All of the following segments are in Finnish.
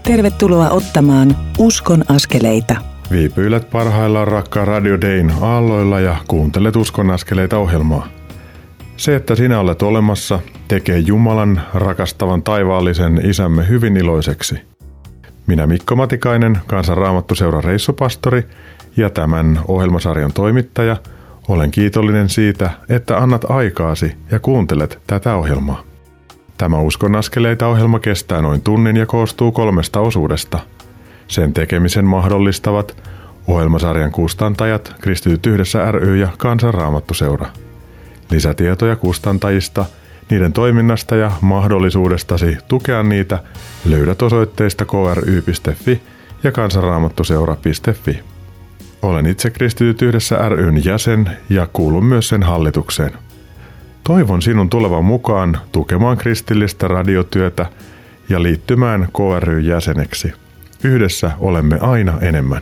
Tervetuloa ottamaan Uskon askeleita. Viipyilet parhaillaan rakkaan Radio Dayn aalloilla ja kuuntelet Uskon askeleita -ohjelmaa. Se, että sinä olet olemassa, tekee Jumalan rakastavan taivaallisen Isämme hyvin iloiseksi. Minä Mikko Matikainen, Kansan Raamattuseuran reissupastori ja tämän ohjelmasarjan toimittaja, olen kiitollinen siitä, että annat aikaasi ja kuuntelet tätä ohjelmaa. Tämä Uskon askeleita -ohjelma kestää noin tunnin ja koostuu 3 osuudesta. Sen tekemisen mahdollistavat ohjelmasarjan kustantajat Kristityt yhdessä ry ja Kansan Raamattuseura. Lisätietoja kustantajista, niiden toiminnasta ja mahdollisuudestasi tukea niitä löydät osoitteista kry.fi ja kansanraamattuseura.fi. Olen itse Kristityt yhdessä ryn jäsen ja kuulun myös sen hallitukseen. Toivon sinun tulevan mukaan tukemaan kristillistä radiotyötä ja liittymään KRY-jäseneksi. Yhdessä olemme aina enemmän.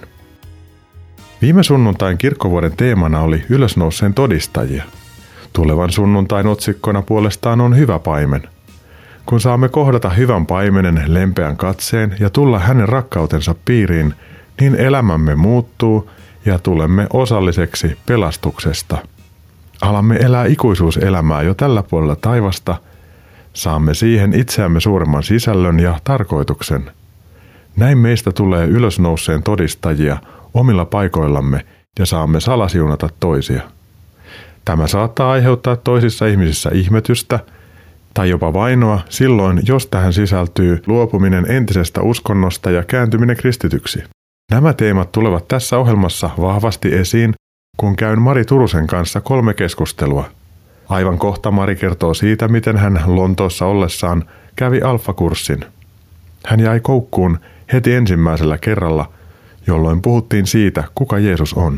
Viime sunnuntain kirkkovuoden teemana oli ylösnouseen todistajia. Tulevan sunnuntain otsikkona puolestaan on hyvä paimen. Kun saamme kohdata hyvän paimenen lempeän katseen ja tulla hänen rakkautensa piiriin, niin elämämme muuttuu ja tulemme osalliseksi pelastuksesta. Alamme elää ikuisuuselämää jo tällä puolella taivasta, saamme siihen itseämme suuremman sisällön ja tarkoituksen. Näin meistä tulee ylösnouseen todistajia omilla paikoillamme ja saamme salasiunata toisia. Tämä saattaa aiheuttaa toisissa ihmisissä ihmetystä tai jopa vainoa silloin, jos tähän sisältyy luopuminen entisestä uskonnosta ja kääntyminen kristityksi. Nämä teemat tulevat tässä ohjelmassa vahvasti esiin, kun käyn Mari Turusen kanssa 3 keskustelua. Aivan kohta Mari kertoo siitä, miten hän Lontoossa ollessaan kävi alfakurssin. Hän jäi koukkuun heti ensimmäisellä kerralla, jolloin puhuttiin siitä, kuka Jeesus on.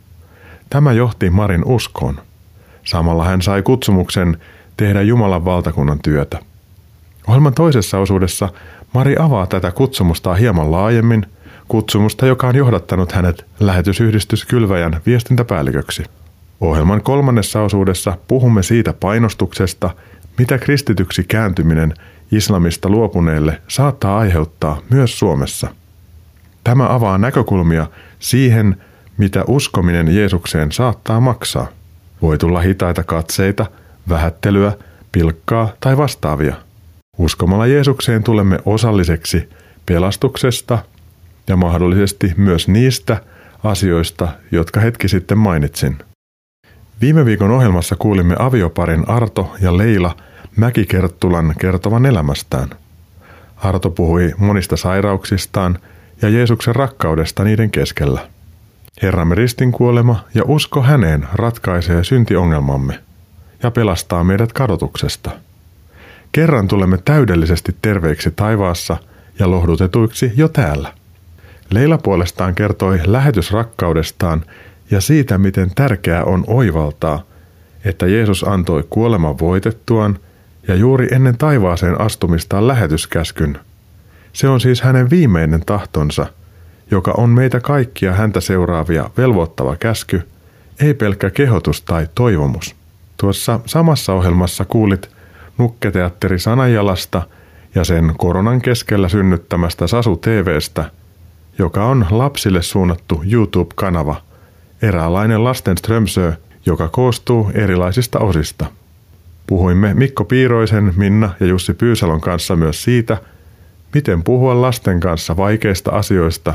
Tämä johti Marin uskoon. Samalla hän sai kutsumuksen tehdä Jumalan valtakunnan työtä. Ohjelman toisessa osuudessa Mari avaa tätä kutsumusta hieman laajemmin, kutsumusta, joka on johdattanut hänet lähetysyhdistys Kylväjän viestintäpäälliköksi. Ohjelman 3. osuudessa puhumme siitä painostuksesta, mitä kristityksi kääntyminen islamista luopuneille saattaa aiheuttaa myös Suomessa. Tämä avaa näkökulmia siihen, mitä uskominen Jeesukseen saattaa maksaa. Voi tulla hitaita katseita, vähättelyä, pilkkaa tai vastaavia. Uskomalla Jeesukseen tulemme osalliseksi pelastuksesta ja mahdollisesti myös niistä asioista, jotka hetki sitten mainitsin. Viime viikon ohjelmassa kuulimme avioparin Arto ja Leila Mäki-Kerttulan kertovan elämästään. Arto puhui monista sairauksistaan ja Jeesuksen rakkaudesta niiden keskellä. Herramme ristinkuolema ja usko häneen ratkaisee syntiongelmamme ja pelastaa meidät kadotuksesta. Kerran tulemme täydellisesti terveiksi taivaassa ja lohdutetuiksi jo täällä. Leila puolestaan kertoi lähetysrakkaudestaan ja siitä, miten tärkeää on oivaltaa, että Jeesus antoi kuoleman voitettuaan ja juuri ennen taivaaseen astumistaan lähetyskäskyn. Se on siis hänen viimeinen tahtonsa, joka on meitä kaikkia häntä seuraavia velvoittava käsky, ei pelkkä kehotus tai toivomus. Tuossa samassa ohjelmassa kuulit Nukketeatteri Sanajalasta ja sen koronan keskellä synnyttämästä Sasu TV:stä, joka on lapsille suunnattu YouTube-kanava, eräänlainen lasten Strömsö, joka koostuu erilaisista osista. Puhuimme Mikko Piiroisen, Minna ja Jussi Pyysalon kanssa myös siitä, miten puhua lasten kanssa vaikeista asioista.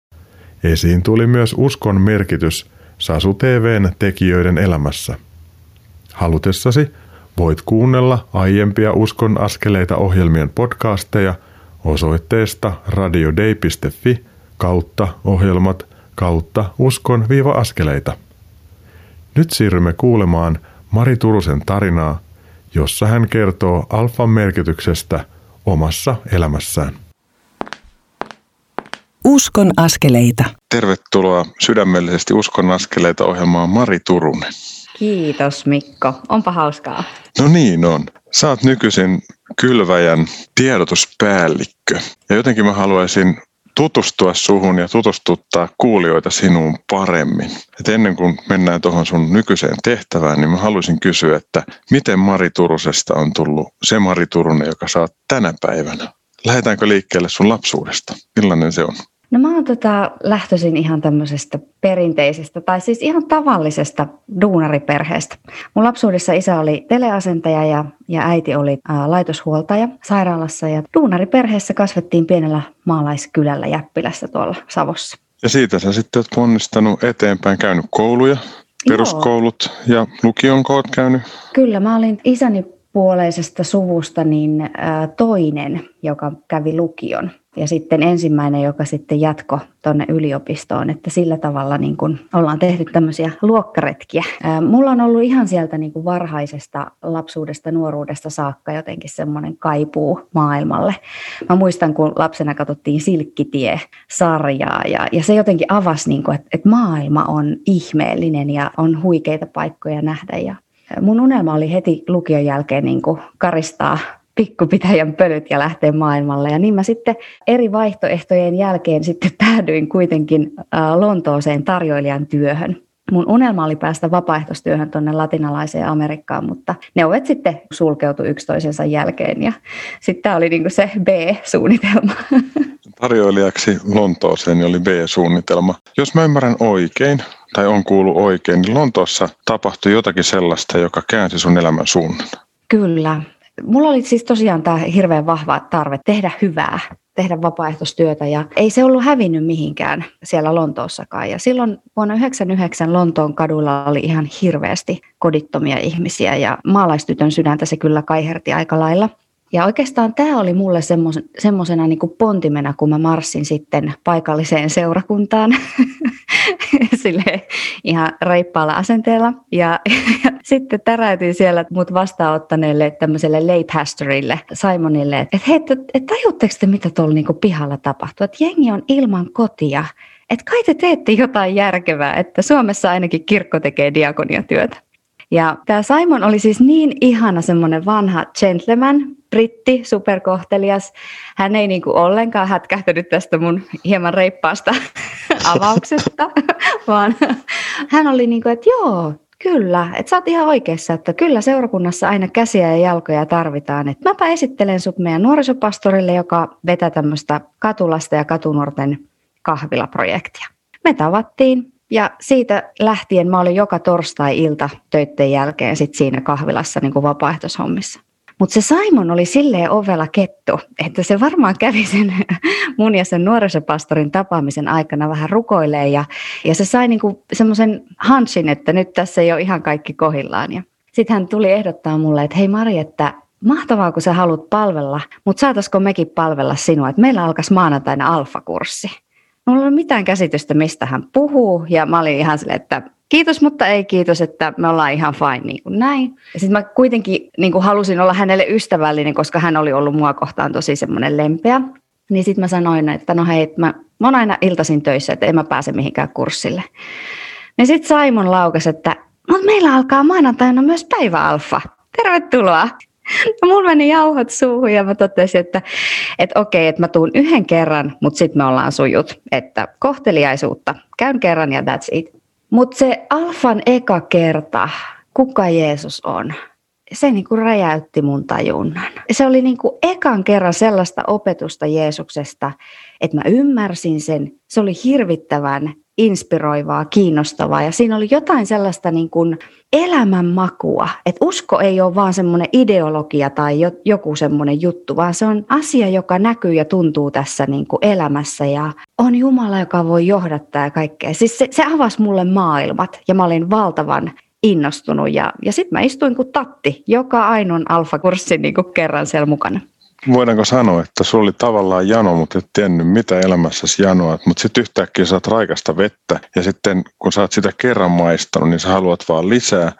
Esiin tuli myös uskon merkitys Sasu TV:n tekijöiden elämässä. Halutessasi voit kuunnella aiempia Uskon askeleita -ohjelmien podcasteja osoitteesta radiodei.fi/ohjelmat/uskon-askeleita. Nyt siirrymme kuulemaan Mari Turusen tarinaa, jossa hän kertoo alfan merkityksestä omassa elämässään. Uskon askeleita. Tervetuloa sydämellisesti Uskon askeleita -ohjelmaan Mari Turunen. Kiitos Mikko. Onpa hauskaa. No niin on. Sä oot nykyisin Kylväjän tiedotuspäällikkö. Ja jotenkin mä haluaisin tutustua suhun ja tutustuttaa kuulijoita sinuun paremmin. Et ennen kuin mennään tuohon sun nykyiseen tehtävään, niin mä haluaisin kysyä, että miten Mari Turusesta on tullut se Mari Turunen, joka sä oot tänä päivänä? Lähdetäänkö liikkeelle sun lapsuudesta? Millainen se on? No mä oon lähtöisin ihan tämmöisestä perinteisestä tai siis ihan tavallisesta duunariperheestä. Mun lapsuudessa isä oli teleasentaja ja äiti oli laitoshuoltaja sairaalassa ja duunariperheessä kasvettiin pienellä maalaiskylällä Jäppilässä tuolla Savossa. Ja siitä sä sitten oot ponnistanut eteenpäin, käynyt kouluja, peruskoulut ja lukionko oot käynyt? Kyllä, mä olin isäni puoleisesta suvusta niin toinen, joka kävi lukion. Ja sitten ensimmäinen, joka sitten jatkoi tuonne yliopistoon, että sillä tavalla niin kun ollaan tehty tämmöisiä luokkaretkiä. Mulla on ollut ihan sieltä niin kun varhaisesta lapsuudesta, nuoruudesta saakka jotenkin semmoinen kaipuu maailmalle. Mä muistan, kun lapsena katsottiin Silkkitie-sarjaa ja se jotenkin avasi, niin kun, että maailma on ihmeellinen ja on huikeita paikkoja nähdä. Ja mun unelma oli heti lukion jälkeen niin kun karistaa pikkupitäjän pölyt ja lähteä maailmalle. Ja niin mä sitten eri vaihtoehtojen jälkeen sitten päädyin kuitenkin Lontooseen tarjoilijan työhön. Mun unelma oli päästä vapaaehtoistyöhön tuonne latinalaiseen Amerikkaan, mutta ne ovet sitten sulkeutui yksi toisensa jälkeen. Ja sitten tämä oli niinku se B-suunnitelma. Tarjoilijaksi Lontooseen oli B-suunnitelma. Jos mä ymmärrän oikein, tai on kuullut oikein, niin Lontoossa tapahtui jotakin sellaista, joka käänsi sun elämän suunnan. Kyllä. Mulla oli siis tosiaan tämä hirveän vahva tarve tehdä hyvää, tehdä vapaaehtoistyötä ja ei se ollut hävinnyt mihinkään siellä Lontoossakaan. Ja silloin vuonna 1999 Lontoon kaduilla oli ihan hirveästi kodittomia ihmisiä ja maalaistytön sydäntä se kyllä kaiherti aika lailla. Ja oikeastaan tämä oli mulle semmoisena niin kuin pontimena, kun mä marssin sitten paikalliseen seurakuntaan silleen ihan reippaalla asenteella. Ja sitten täräytin siellä mut vastaanottaneelle tämmöiselle lay pastorille, Simonille, että hei, tajutteko te mitä tuolla niin kuin pihalla tapahtuu? Että jengi on ilman kotia. Että kai te teette jotain järkevää, että Suomessa ainakin kirkko tekee diakoniatyötä. Ja tämä Simon oli siis niin ihana semmoinen vanha gentleman, britti, superkohtelias. Hän ei niinku ollenkaan hätkähtänyt tästä mun hieman reippaasta avauksesta, vaan hän oli niinku, että joo, kyllä, että sä oot ihan oikeassa, että kyllä seurakunnassa aina käsiä ja jalkoja tarvitaan. Että mäpä esittelen sut meidän nuorisopastorille, joka vetää tämmöistä katulasta ja katunuorten kahvilaprojektia. Me tavattiin. Ja siitä lähtien mä olin joka torstai-ilta töitten jälkeen sit siinä kahvilassa niin kuin vapaaehtoishommissa. Mutta se Simon oli silleen ovela kettu, että se varmaan kävi sen mun ja sen nuorisopastorin tapaamisen aikana vähän rukoilee. Ja se sai niinku semmoisen hanssin, että nyt tässä ei ole ihan kaikki kohillaan. Ja sitten hän tuli ehdottaa mulle, että hei Mari, että mahtavaa kun sä haluat palvella, mutta saataisiko mekin palvella sinua, että meillä alkaisi maanantaina alfakurssi. Mulla ei ole mitään käsitystä, mistä hän puhuu, ja mä olin ihan silleen, että kiitos, mutta ei kiitos, että me ollaan ihan fine niin kuin näin. Ja sitten mä kuitenkin niin kuin halusin olla hänelle ystävällinen, koska hän oli ollut mua kohtaan tosi semmoinen lempeä. Niin sitten mä sanoin, että no hei, mä oon aina iltaisin töissä, että en mä pääse mihinkään kurssille. Ja sitten Simon laukasi, että meillä alkaa maanantaina myös päiväalfa. Tervetuloa. No, mulla meni jauhot suuhun ja mä totesin, että okei, että mä tuun yhden kerran, mutta sitten me ollaan sujut. Että kohteliaisuutta, käyn kerran ja that's it. Mutta se alfan eka kerta, kuka Jeesus on, se niinku räjäytti mun tajunnan. Se oli niinku ekan kerran sellaista opetusta Jeesuksesta, että mä ymmärsin sen. Se oli hirvittävän inspiroivaa, kiinnostavaa ja siinä oli jotain sellaista niin kuin elämänmakua, että usko ei ole vaan semmoinen ideologia tai joku semmoinen juttu, vaan se on asia, joka näkyy ja tuntuu tässä niin kuin elämässä ja on Jumala, joka voi johdattaa ja kaikkea. Siis se avasi mulle maailmat ja mä olin valtavan innostunut ja sitten mä istuin kuin tatti joka ainoan alfakurssin niin kuin kerran siellä mukana. Voidaanko sanoa, että sulla oli tavallaan jano, mutta et tiennyt mitä elämässäsi janoat, mutta sitten yhtäkkiä saat raikasta vettä ja sitten kun sä oot sitä kerran maistanut, niin sä haluat vaan lisää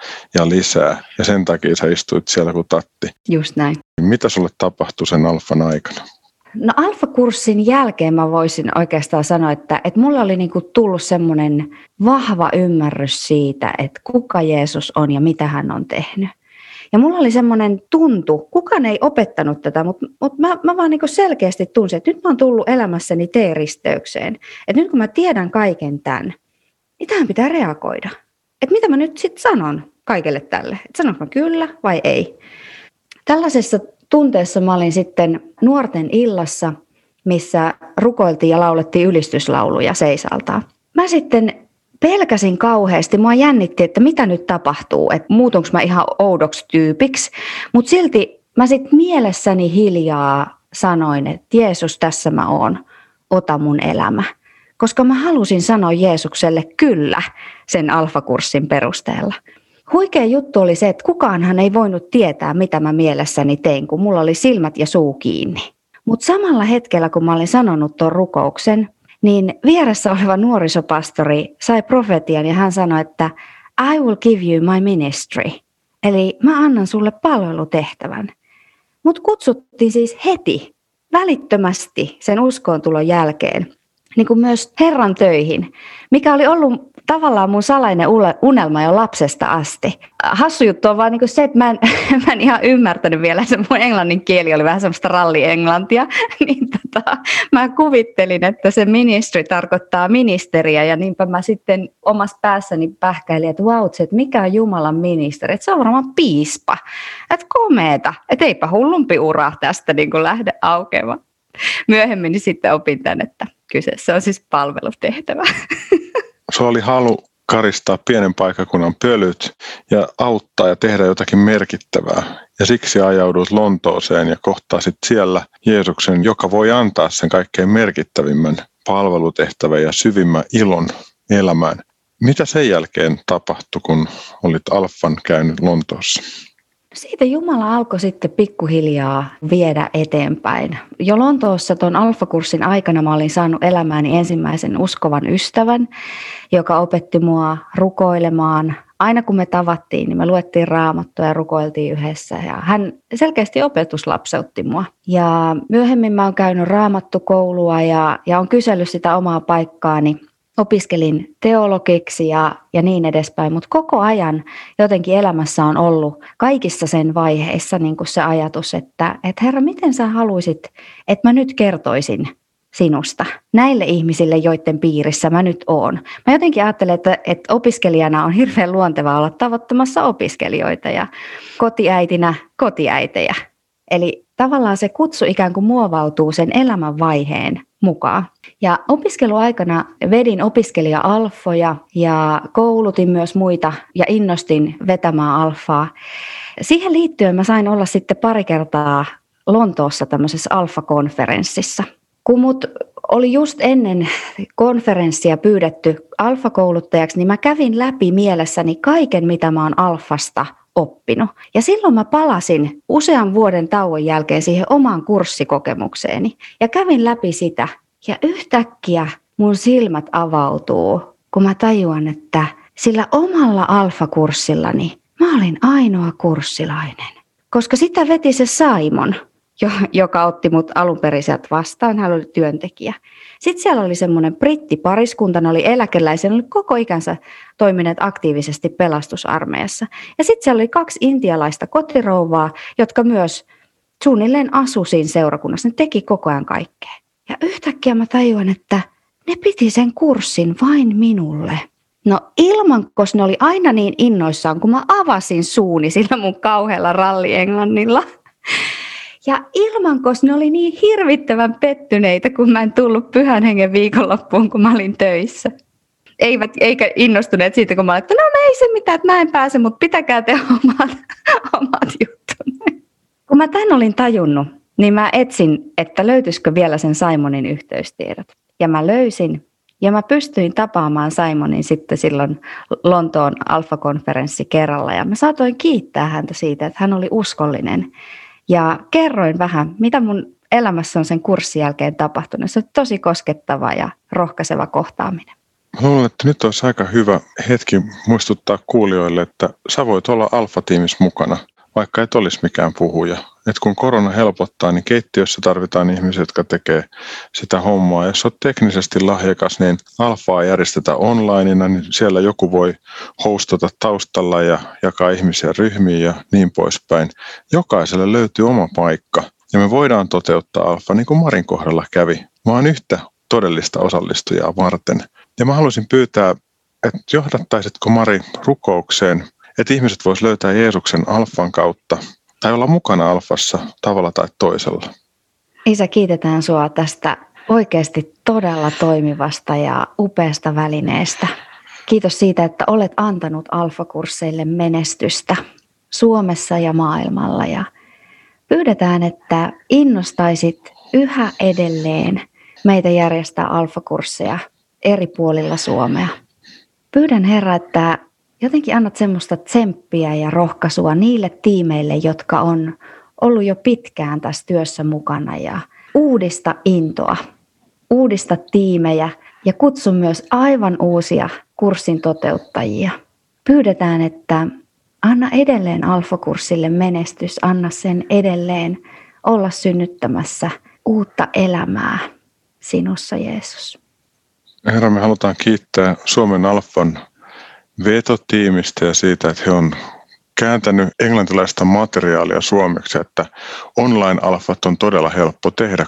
ja sen takia sä istuit siellä kuin tatti. Just näin. Mitä sulle tapahtui sen alfan aikana? No alfakurssin jälkeen mä voisin oikeastaan sanoa, että mulle oli niinku tullut semmoinen vahva ymmärrys siitä, että kuka Jeesus on ja mitä hän on tehnyt. Ja mulla oli semmoinen tuntu, kukaan ei opettanut tätä, mutta mä vaan niin selkeästi tunsin, että nyt mä oon tullut elämässäni T-risteykseen. Että nyt kun mä tiedän kaiken tämän, niin tähän pitää reagoida. Että mitä mä nyt sitten sanon kaikelle tälle? Että sanonko mä kyllä vai ei? Tällaisessa tunteessa mä olin sitten nuorten illassa, missä rukoiltiin ja laulettiin ylistyslauluja seisaltaan. Mä sitten pelkäsin kauheasti, mua jännitti, että mitä nyt tapahtuu, että muutunko mä ihan oudoksi tyypiksi, mutta silti mä sitten mielessäni hiljaa sanoin, että Jeesus, tässä mä oon, ota mun elämä. Koska mä halusin sanoa Jeesukselle kyllä sen alfakurssin perusteella. Huikea juttu oli se, että kukaanhan ei voinut tietää, mitä mä mielessäni tein, kun mulla oli silmät ja suu kiinni. Mutta samalla hetkellä, kun mä olin sanonut tuon rukouksen, niin vieressä oleva nuorisopastori sai profetian ja hän sanoi, että I will give you my ministry. Eli mä annan sulle palvelutehtävän. Mut kutsuttiin siis heti, välittömästi sen uskontulon jälkeen, niin kuin myös Herran töihin, mikä oli ollut tavallaan mun salainen unelma jo lapsesta asti. Hassu juttu on vaan niin kuin se, että mä en ihan ymmärtänyt vielä, se mun englannin kieli oli vähän semmoista rallienglantia, niin mä kuvittelin, että se ministry tarkoittaa ministeriä, ja niinpä mä sitten omassa päässäni pähkäilin, että vau, että mikä on Jumalan ministeri, että se on varmaan piispa, että komeeta, että eipä hullumpi ura tästä niin kuin lähde aukeamaan. Myöhemmin niin sitten opin tämän, että kyseessä on siis palvelutehtävä. Sulla oli halu karistaa pienen paikkakunnan pölyt ja auttaa ja tehdä jotakin merkittävää. Ja siksi ajaudut Lontooseen ja kohtasit siellä Jeesuksen, joka voi antaa sen kaikkein merkittävimmän palvelutehtävän ja syvimmän ilon elämään. Mitä sen jälkeen tapahtui, kun olit Alfan käynyt Lontoossa? Siitä Jumala alkoi sitten pikkuhiljaa viedä eteenpäin. Jo Lontoossa tuon alfakurssin aikana mä olin saanut elämääni ensimmäisen uskovan ystävän, joka opetti mua rukoilemaan. Aina kun me tavattiin, niin me luettiin Raamattua ja rukoiltiin yhdessä. Ja hän selkeästi opetuslapseutti mua. Ja myöhemmin mä oon käynyt Raamattukoulua ja on kysellyt sitä omaa paikkaani. Opiskelin teologiksi ja niin edespäin, mutta koko ajan jotenkin elämässä on ollut kaikissa sen vaiheissa niin kuin se ajatus, että Herra, miten sä haluisit, että mä nyt kertoisin sinusta näille ihmisille, joiden piirissä mä nyt oon. Mä jotenkin ajattelen, että opiskelijana on hirveän luontevaa olla tavoittamassa opiskelijoita ja kotiäitinä kotiäitejä. Eli tavallaan se kutsu ikään kuin muovautuu sen elämänvaiheen mukaan. Ja opiskeluaikana vedin opiskelija-alfoja ja koulutin myös muita ja innostin vetämään alfaa. Siihen liittyen mä sain olla sitten pari kertaa Lontoossa tämmöisessä alfakonferenssissa. Kun mut oli just ennen konferenssia pyydetty alfakouluttajaksi, niin mä kävin läpi mielessäni kaiken, mitä mä oon alfasta oppinut. Ja silloin mä palasin usean vuoden tauon jälkeen siihen omaan kurssikokemukseeni ja kävin läpi sitä. Ja yhtäkkiä mun silmät avautuu, kun mä tajuan, että sillä omalla alfakurssillani mä olin ainoa kurssilainen. Koska sitä veti se Simon, joka otti mut alun perin sieltä vastaan, hän oli työntekijä. Sitten siellä oli semmoinen brittipariskunta, ne oli eläkeläisiä, ne oli koko ikänsä toimineet aktiivisesti pelastusarmeijassa. Ja sitten siellä oli 2 intialaista kotirouvaa, jotka myös suunnilleen asui siinä seurakunnassa, ne teki koko ajan kaikkea. Ja yhtäkkiä mä tajuan, että ne piti sen kurssin vain minulle. No ilmankos ne oli aina niin innoissaan, kun mä avasin suuni sillä mun kauhealla rallienglannilla. Ja ilmankos ne oli niin hirvittävän pettyneitä, kun mä en tullut Pyhän Hengen viikonloppuun, kun mä olin töissä. Eikä innostuneet siitä, kun mä olin, että no ei se mitään, että mä en pääse, mutta pitäkää te omat juttunne. Kun mä tän olin tajunnut, niin mä etsin, että löytyisikö vielä sen Simonin yhteystiedot. Ja mä löysin, ja mä pystyin tapaamaan Simonin sitten silloin Lontoon alfakonferenssi kerralla. Ja mä saatoin kiittää häntä siitä, että hän oli uskollinen. Ja kerroin vähän, mitä mun elämässä on sen kurssin jälkeen tapahtunut. Se on tosi koskettava ja rohkaiseva kohtaaminen. Mä luulen, että nyt olisi aika hyvä hetki muistuttaa kuulijoille, että sä voit olla alfatiimissä mukana, vaikka et olisi mikään puhuja. Et kun korona helpottaa, niin keittiössä tarvitaan ihmisiä, jotka tekee sitä hommaa. Jos olet teknisesti lahjakas, niin alfaa järjestetään onlineina, niin siellä joku voi hostata taustalla ja jakaa ihmisiä ryhmiin ja niin poispäin. Jokaiselle löytyy oma paikka ja me voidaan toteuttaa alfa niin kuin Marin kohdalla kävi. Mä oon yhtä todellista osallistujaa varten. Ja mä haluaisin pyytää, että johdattaisitko Mari rukoukseen, että ihmiset vois löytää Jeesuksen alfan kautta tai olla mukana alfassa tavalla tai toisella. Isä, kiitetään sua tästä oikeasti todella toimivasta ja upeasta välineestä. Kiitos siitä, että olet antanut alfakursseille menestystä Suomessa ja maailmalla. Ja pyydetään, että innostaisit yhä edelleen meitä järjestää alfakursseja eri puolilla Suomea. Pyydän, Herra, että jotenkin annat semmoista tsemppiä ja rohkaisua niille tiimeille, jotka on ollut jo pitkään tässä työssä mukana, ja uudista intoa, uudista tiimejä ja kutsu myös aivan uusia kurssin toteuttajia. Pyydetään, että anna edelleen alfakurssille menestys, anna sen edelleen olla synnyttämässä uutta elämää sinussa, Jeesus. Herra, me halutaan kiittää Suomen Alfan vetotiimistä ja siitä, että he on kääntänyt englantilaista materiaalia suomeksi, että online-alfat on todella helppo tehdä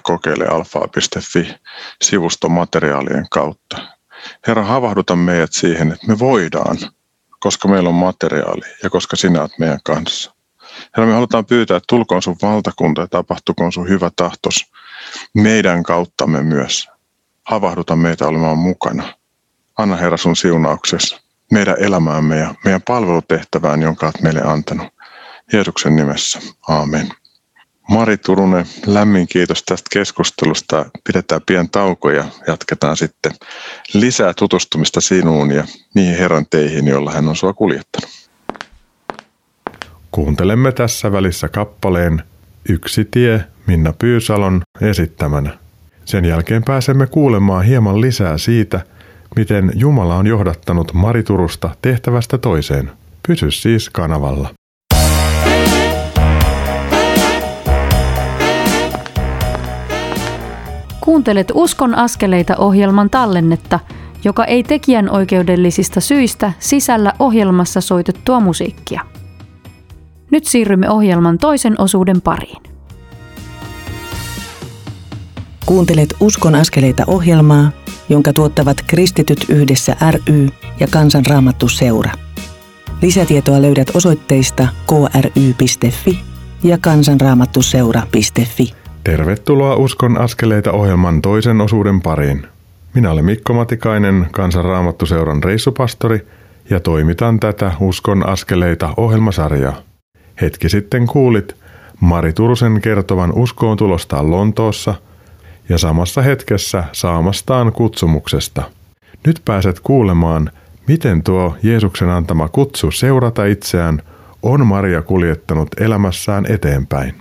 kokeilealfaa.fi-sivustomateriaalien kautta. Herra, havahduta meidät siihen, että me voidaan, koska meillä on materiaali ja koska sinä olet meidän kanssa. Herra, me halutaan pyytää, että tulkoon sun valtakunta ja tapahtukoon sun hyvä tahtos meidän kauttamme myös. Havahduta meitä olemaan mukana. Anna, Herra, sun siunauksesi meidän elämäämme ja meidän palvelutehtävään, jonka olet meille antanut. Jeesuksen nimessä. Aamen. Mari Turunen, lämmin kiitos tästä keskustelusta. Pidetään pieni tauko ja jatketaan sitten lisää tutustumista sinuun ja niihin Herran teihin, joilla hän on sua kuljettanut. Kuuntelemme tässä välissä kappaleen Yksi tie Minna Pyysalon esittämänä. Sen jälkeen pääsemme kuulemaan hieman lisää siitä, miten Jumala on johdattanut Mari Turusta tehtävästä toiseen. Pysy siis kanavalla. Kuuntelet Uskon askeleita -ohjelman tallennetta, joka ei tekijänoikeudellisista syistä sisällä ohjelmassa soitettua musiikkia. Nyt siirrymme ohjelman toisen osuuden pariin. Kuuntelet Uskon askeleita -ohjelmaa, jonka tuottavat Kristityt yhdessä ry ja Kansan Raamattu Seura. Lisätietoa löydät osoitteista kry.fi ja kansanraamattuseura.fi. Tervetuloa Uskon askeleita -ohjelman toisen osuuden pariin. Minä olen Mikko Matikainen, Kansan Raamattu Seuran reissupastori, ja toimitan tätä Uskon askeleita -ohjelmasarjaa. Hetki sitten kuulit Mari Turusen kertovan uskoon tulostaan Lontoossa ja samassa hetkessä saamastaan kutsumuksesta. Nyt pääset kuulemaan, miten tuo Jeesuksen antama kutsu seurata itseään on Maria kuljettanut elämässään eteenpäin.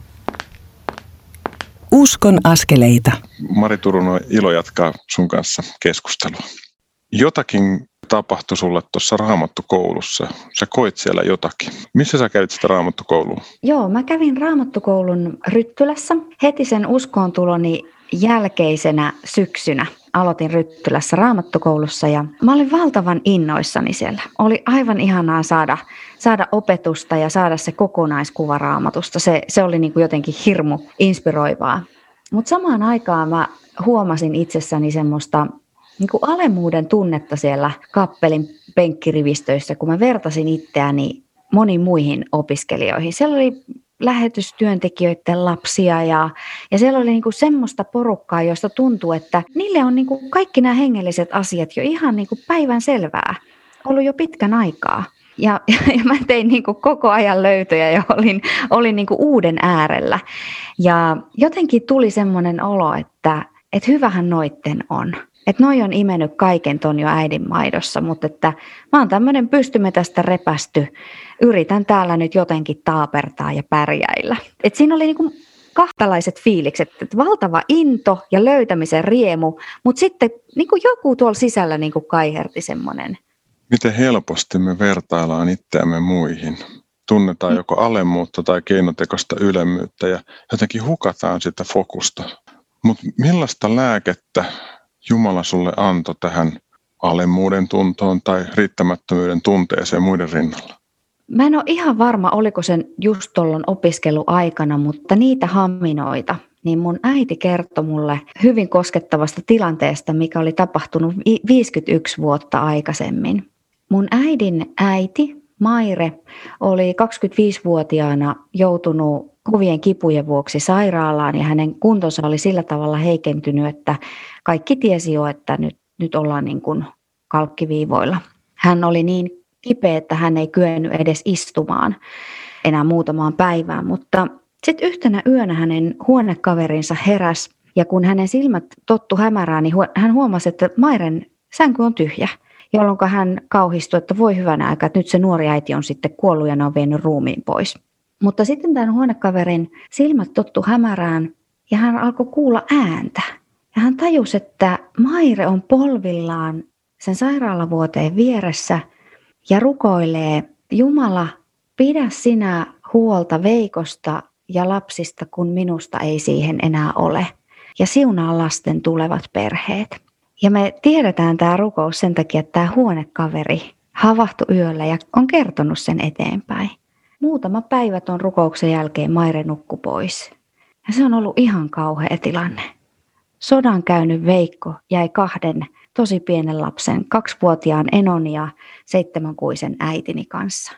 Uskon askeleita. Mari Turunen, ilo jatkaa sun kanssa keskustelua. Jotakin tapahtui sulle tuossa Raamattukoulussa. Sä koit siellä jotakin. Missä sä kävit sitä Raamattukoulua? Joo, mä kävin Raamattukoulun Ryttylässä heti sen uskoontuloni jälkeisenä syksynä. Aloitin Ryttylässä Raamattukoulussa ja mä olin valtavan innoissani siellä. Oli aivan ihanaa saada opetusta ja saada se kokonaiskuva Raamatusta. Se oli niin kuin jotenkin hirmu inspiroivaa. Mutta samaan aikaan mä huomasin itsessäni semmoista niin kuin alemmuuden tunnetta siellä kappelin penkkirivistöissä, kun mä vertasin itseäni moniin muihin opiskelijoihin. Siellä oli lähetystyöntekijöiden lapsia ja siellä oli niinku semmoista porukkaa, josta tuntuu, että niille on niinku kaikki nämä hengelliset asiat jo ihan niinku päivän selvää, ollut jo pitkän aikaa. Ja mä tein niinku koko ajan löytöjä ja olin niinku uuden äärellä. Ja jotenkin tuli semmoinen olo, että hyvähän noitten on. Että noi on imennyt kaiken ton jo äidin maidossa, mutta että mä oon tämmöinen pystymetästä repästy. Yritän täällä nyt jotenkin taapertaa ja pärjäillä. Et siinä oli niinku kahtalaiset fiilikset, että valtava into ja löytämisen riemu, mutta sitten niinku joku tuolla sisällä niinku kaiherti semmoinen. Miten helposti me vertaillaan itseämme muihin. Tunnetaan joko alemmuutta tai keinotekoista ylemmyyttä ja jotenkin hukataan sitä fokusta. Mutta millaista lääkettä Jumala sulle antoi tähän alemmuuden tuntoon tai riittämättömyyden tunteeseen muiden rinnalla? Mä en ole ihan varma, oliko sen just tuolloin opiskeluaikana, mutta niitä haminoita, niin mun äiti kertoi mulle hyvin koskettavasta tilanteesta, mikä oli tapahtunut 51 vuotta aikaisemmin. Mun äidin äiti, Maire, oli 25-vuotiaana joutunut kovien kipujen vuoksi sairaalaan ja hänen kuntonsa oli sillä tavalla heikentynyt, että kaikki tiesi jo, että nyt ollaan niin kuin kalkkiviivoilla. Hän oli niin kipeä, että hän ei kyennyt edes istumaan enää muutamaan päivään, mutta sitten yhtenä yönä hänen huonekaverinsa heräsi ja kun hänen silmät tottu hämärään, niin hän huomasi, että Mairen sänky on tyhjä, jolloin hän kauhistui, että voi hyvänä aika, että nyt se nuori äiti on sitten kuollut ja ne on vienyt ruumiin pois. Mutta sitten tämän huonekaverin silmät tottu hämärään ja hän alkoi kuulla ääntä. Ja hän tajusi, että Maire on polvillaan sen sairaalavuoteen vieressä ja rukoilee, Jumala, pidä sinä huolta Veikosta ja lapsista, kun minusta ei siihen enää ole. Ja siunaa lasten tulevat perheet. Ja me tiedetään tämä rukous sen takia, että tämä huonekaveri havahtui yöllä ja on kertonut sen eteenpäin. Muutama päivä tuon rukouksen jälkeen Maire nukkui pois. Ja se on ollut ihan kauhea tilanne. Sodan käynyt Veikko jäi 2 tosi pienen lapsen, 2-vuotiaan Enon ja 7-kuisen äitini kanssa.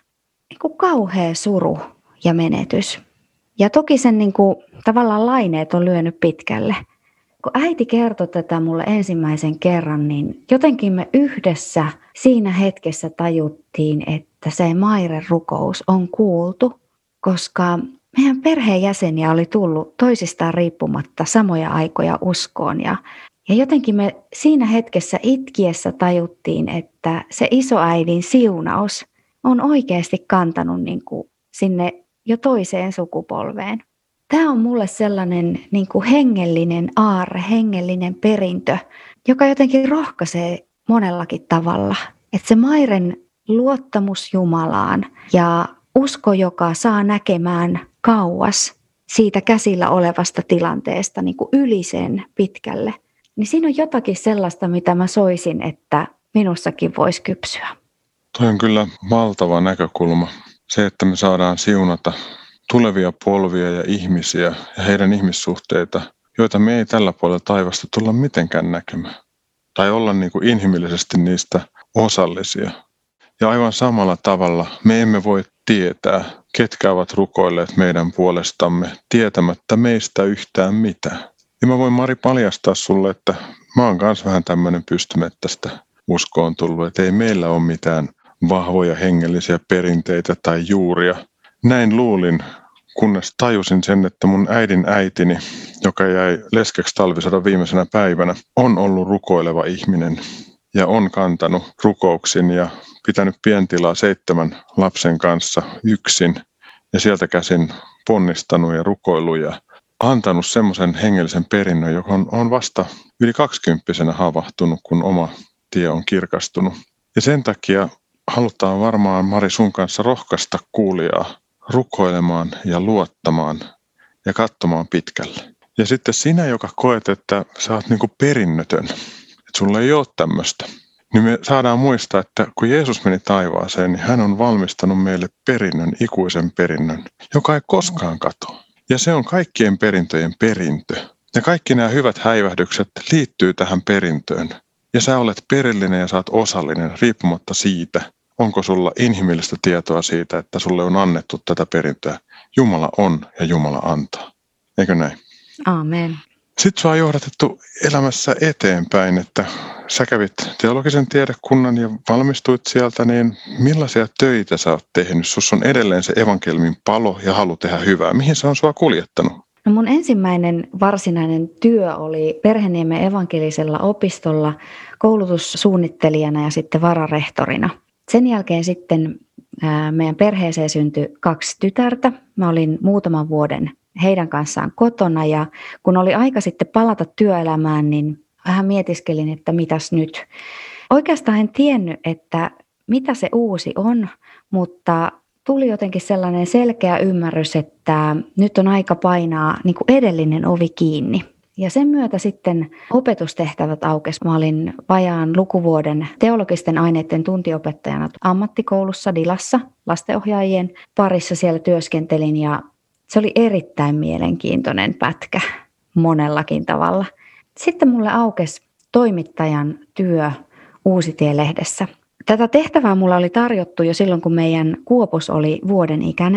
Kauhea suru ja menetys. Ja toki sen tavallaan laineet on lyönyt pitkälle. Kun äiti kertoi tätä mulle ensimmäisen kerran, niin jotenkin me yhdessä siinä hetkessä tajuttiin, että se Mairen rukous on kuultu, koska meidän perheenjäseniä oli tullut toisistaan riippumatta samoja aikoja uskoon. Ja jotenkin me siinä hetkessä itkiessä tajuttiin, että se isoäidin siunaus on oikeasti kantanut sinne jo toiseen sukupolveen. Tämä on mulle sellainen hengellinen aarre, hengellinen perintö, joka jotenkin rohkaisee monellakin tavalla. Että se Mairen luottamus Jumalaan ja usko, joka saa näkemään kauas siitä käsillä olevasta tilanteesta yli sen pitkälle, niin siinä on jotakin sellaista, mitä mä soisin, että minussakin voisi kypsyä. Toi on kyllä valtava näkökulma. Se, että me saadaan siunata tulevia polvia ja ihmisiä ja heidän ihmissuhteita, joita me ei tällä puolella taivasta tulla mitenkään näkemään. Tai olla inhimillisesti niistä osallisia. Ja aivan samalla tavalla me emme voi tietää, ketkä ovat rukoilleet meidän puolestamme tietämättä meistä yhtään mitään. Ja mä voin, Mari, paljastaa sulle, että mä oon kanssa vähän tämmöinen pystymettästä uskoon tullut, että ei meillä ole mitään vahvoja hengellisiä perinteitä tai juuria. Näin luulin, kunnes tajusin sen, että mun äidin äitini, joka jäi leskeksi talvisodan viimeisenä päivänä, on ollut rukoileva ihminen ja on kantanut rukouksin ja pitänyt pientilaa 7 lapsen kanssa yksin ja sieltä käsin ponnistanut ja rukoillut ja antanut semmoisen hengellisen perinnön, joka on vasta yli 20-vuotiaana havahtunut, kun oma tie on kirkastunut. Ja sen takia halutaan varmaan, Mari, sun kanssa rohkaista kuulijaa rukoilemaan ja luottamaan ja katsomaan pitkälle. Ja sitten sinä, joka koet, että sä oot perinnötön, että sulla ei ole tämmöistä, niin me saadaan muistaa, että kun Jeesus meni taivaaseen, niin hän on valmistanut meille perinnön, ikuisen perinnön, joka ei koskaan katoa. Ja se on kaikkien perintöjen perintö. Ja kaikki nämä hyvät häivähdykset liittyy tähän perintöön. Ja sä olet perillinen ja sä oot osallinen riippumatta siitä, onko sulla inhimillistä tietoa siitä, että sulle on annettu tätä perintöä. Jumala on ja Jumala antaa. Eikö näin? Aamen. Sitten sua on johdatettu elämässä eteenpäin, että sä kävit teologisen tiedekunnan ja valmistuit sieltä, niin millaisia töitä sä oot tehnyt? Sus on edelleen se evankeliumin palo ja halu tehdä hyvää. Mihin se on sua kuljettanut? No mun ensimmäinen varsinainen työ oli Perheniemen evankelisella opistolla koulutussuunnittelijana ja sitten vararehtorina. Sen jälkeen sitten meidän perheeseen syntyi 2 tytärtä. Mä olin muutaman vuoden heidän kanssaan kotona ja kun oli aika sitten palata työelämään, niin vähän mietiskelin, että mitäs nyt. Oikeastaan en tiennyt, että mitä se uusi on, mutta tuli jotenkin sellainen selkeä ymmärrys, että nyt on aika painaa edellinen ovi kiinni. Ja sen myötä sitten opetustehtävät aukesi. Mä olin vajaan lukuvuoden teologisten aineiden tuntiopettajana ammattikoulussa Dilassa lastenohjaajien parissa siellä työskentelin ja se oli erittäin mielenkiintoinen pätkä monellakin tavalla. Sitten mulle aukesi toimittajan työ Uusitie-lehdessä. Tätä tehtävää mulla oli tarjottu jo silloin, kun meidän Kuopus oli vuoden ikäinen.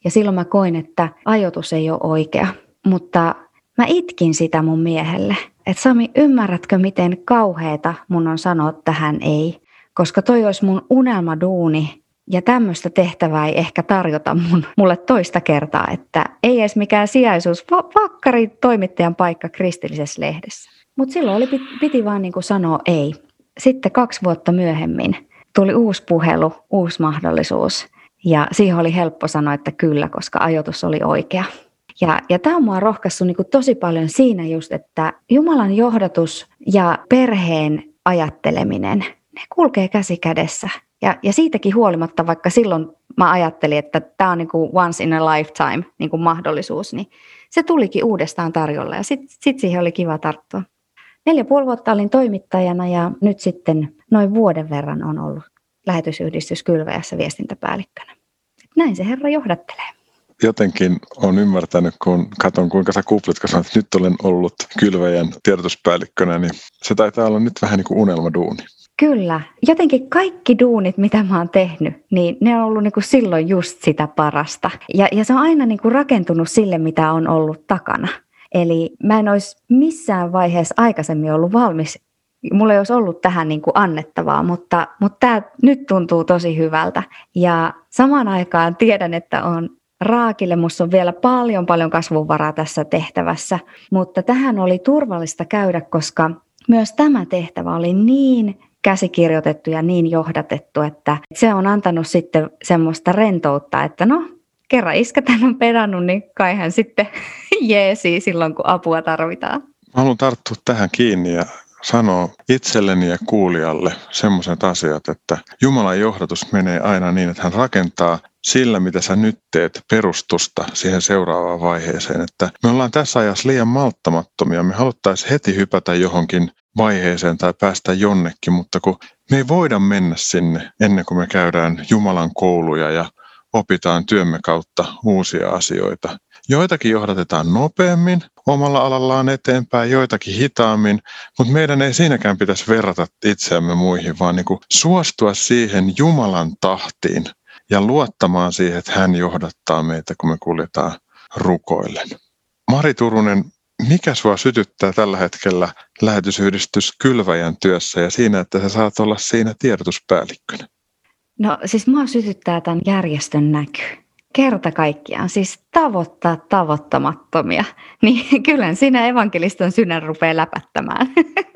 Ja silloin mä koin, että ajoitus ei ole oikea. Mutta mä itkin sitä mun miehelle. Että Sami, ymmärrätkö miten kauheeta mun on sanoa tähän ei? Koska toi olisi mun unelmaduuni. Ja tämmöistä tehtävää ei ehkä tarjota mulle toista kertaa, että ei edes mikään sijaisuus, vakkari toimittajan paikka kristillisessä lehdessä. Mutta silloin piti vaan niin kuin sanoa ei. Sitten 2 vuotta myöhemmin tuli uusi puhelu, uusi mahdollisuus ja siihen oli helppo sanoa, että kyllä, koska ajoitus oli oikea. Ja tämä on mua rohkaissut niin kuin tosi paljon siinä just, että Jumalan johdatus ja perheen ajatteleminen, ne kulkee käsi kädessä. Ja siitäkin huolimatta, vaikka silloin mä ajattelin, että tämä on niin kuin once in a lifetime niin kuin mahdollisuus, niin se tulikin uudestaan tarjolla ja sit siihen oli kiva tarttua. 4,5 vuotta olin toimittajana ja nyt sitten noin vuoden verran on ollut lähetysyhdistys Kylväjässä viestintäpäällikkönä. Näin se Herra johdattelee. Jotenkin olen ymmärtänyt, kun katson kuinka sä kuplit, kun sanoit, että nyt olen ollut Kylväjän tiedotuspäällikkönä, niin se taitaa olla nyt vähän niin kuin unelmaduuni. Kyllä. Jotenkin kaikki duunit, mitä mä oon tehnyt, niin ne on ollut niin kuin silloin just sitä parasta. Ja se on aina niin kuin rakentunut sille, mitä on ollut takana. Eli mä en olisi missään vaiheessa aikaisemmin ollut valmis. Mulla ei olisi ollut tähän niin kuin annettavaa, mutta tämä nyt tuntuu tosi hyvältä. Ja samaan aikaan tiedän, että on raakille. Musta on vielä paljon kasvunvaraa tässä tehtävässä. Mutta tähän oli turvallista käydä, koska myös tämä tehtävä oli niin käsikirjoitettu ja niin johdatettu, että se on antanut sitten semmoista rentoutta, että no, kerran iskä tän on pedannut, niin kai hän sitten jeesii silloin, kun apua tarvitaan. Mä haluan tarttua tähän kiinni ja sanoa itselleni ja kuulijalle semmoiset asiat, että Jumalan johdatus menee aina niin, että hän rakentaa sillä, mitä sä nyt teet, perustusta siihen seuraavaan vaiheeseen. Että me ollaan tässä ajassa liian malttamattomia. Me haluttaisiin heti hypätä johonkin vaiheeseen tai päästä jonnekin, mutta kun me ei voida mennä sinne ennen kuin me käydään Jumalan kouluja ja opitaan työmme kautta uusia asioita. Joitakin johdatetaan nopeammin omalla alallaan eteenpäin, joitakin hitaammin, mutta meidän ei siinäkään pitäisi verrata itseämme muihin, vaan niin kuin suostua siihen Jumalan tahtiin ja luottamaan siihen, että hän johdattaa meitä, kun me kuljetaan rukoillen. Mari Turunen, mikä sua sytyttää tällä hetkellä lähetysyhdistys Kylväjän työssä ja siinä, että sä saat olla siinä tiedotuspäällikkönä? No siis mua sytyttää tämän järjestön näky. Kerta kaikkiaan, siis tavoittaa tavoittamattomia. Niin kyllä siinä evankeliston sydän rupeaa läpättämään.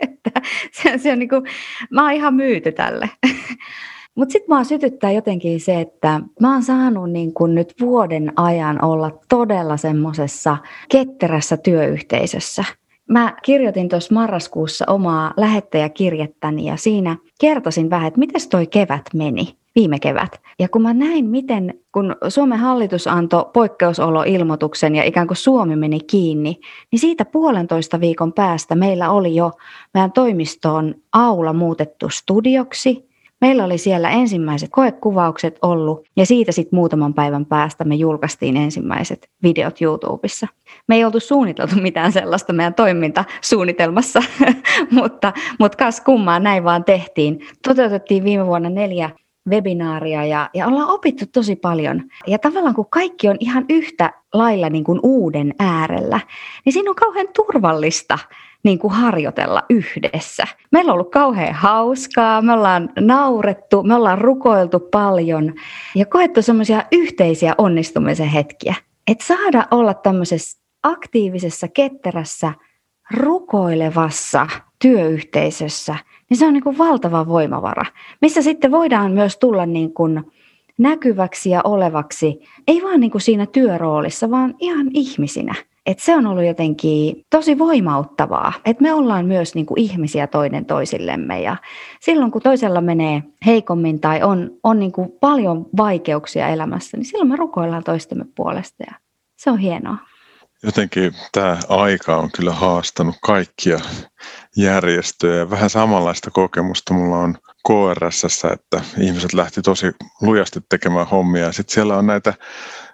se on niin kuin, mä oon ihan myyty tälle. Mutta sitten mua sytyttää jotenkin se, että mä oon saanut niin kun nyt vuoden ajan olla todella semmoisessa ketterässä työyhteisössä. Mä kirjoitin tuossa marraskuussa omaa lähettäjäkirjettäni ja siinä kertoisin vähän, että miten toi kevät meni, viime kevät. Ja kun mä näin, kun Suomen hallitus antoi poikkeusoloilmoituksen ja ikään kuin Suomi meni kiinni, niin siitä 1,5 viikon päästä meillä oli jo meidän toimistoon aula muutettu studioksi. Meillä oli siellä ensimmäiset koekuvaukset ollut ja siitä sitten muutaman päivän päästä me julkaistiin ensimmäiset videot YouTubessa. Me ei oltu suunniteltu mitään sellaista meidän toimintasuunnitelmassa, mutta kas kummaa näin vaan tehtiin. Toteutettiin viime vuonna 4 webinaaria ja ollaan opittu tosi paljon. Ja tavallaan kun kaikki on ihan yhtä lailla niin kuin uuden äärellä, niin siinä on kauhean turvallista niin kuin harjoitella yhdessä. Meillä on ollut kauhean hauskaa, me ollaan naurettu, me ollaan rukoiltu paljon ja koettu semmoisia yhteisiä onnistumisen hetkiä. Että saada olla tämmöisessä aktiivisessa, ketterässä, rukoilevassa työyhteisössä, niin se on niin kuin valtava voimavara, missä sitten voidaan myös tulla niin kuin näkyväksi ja olevaksi, ei vaan niin kuin siinä työroolissa, vaan ihan ihmisinä. Et se on ollut jotenkin tosi voimauttavaa, että me ollaan myös niin kuin ihmisiä toinen toisillemme ja silloin kun toisella menee heikommin tai on niin kuin paljon vaikeuksia elämässä, niin silloin me rukoillaan toistemme puolesta ja se on hienoa. Jotenkin tämä aika on kyllä haastanut kaikkia järjestöjä. Vähän samanlaista kokemusta mulla on KRS:ssä, että ihmiset lähti tosi lujasti tekemään hommia. Sitten siellä on näitä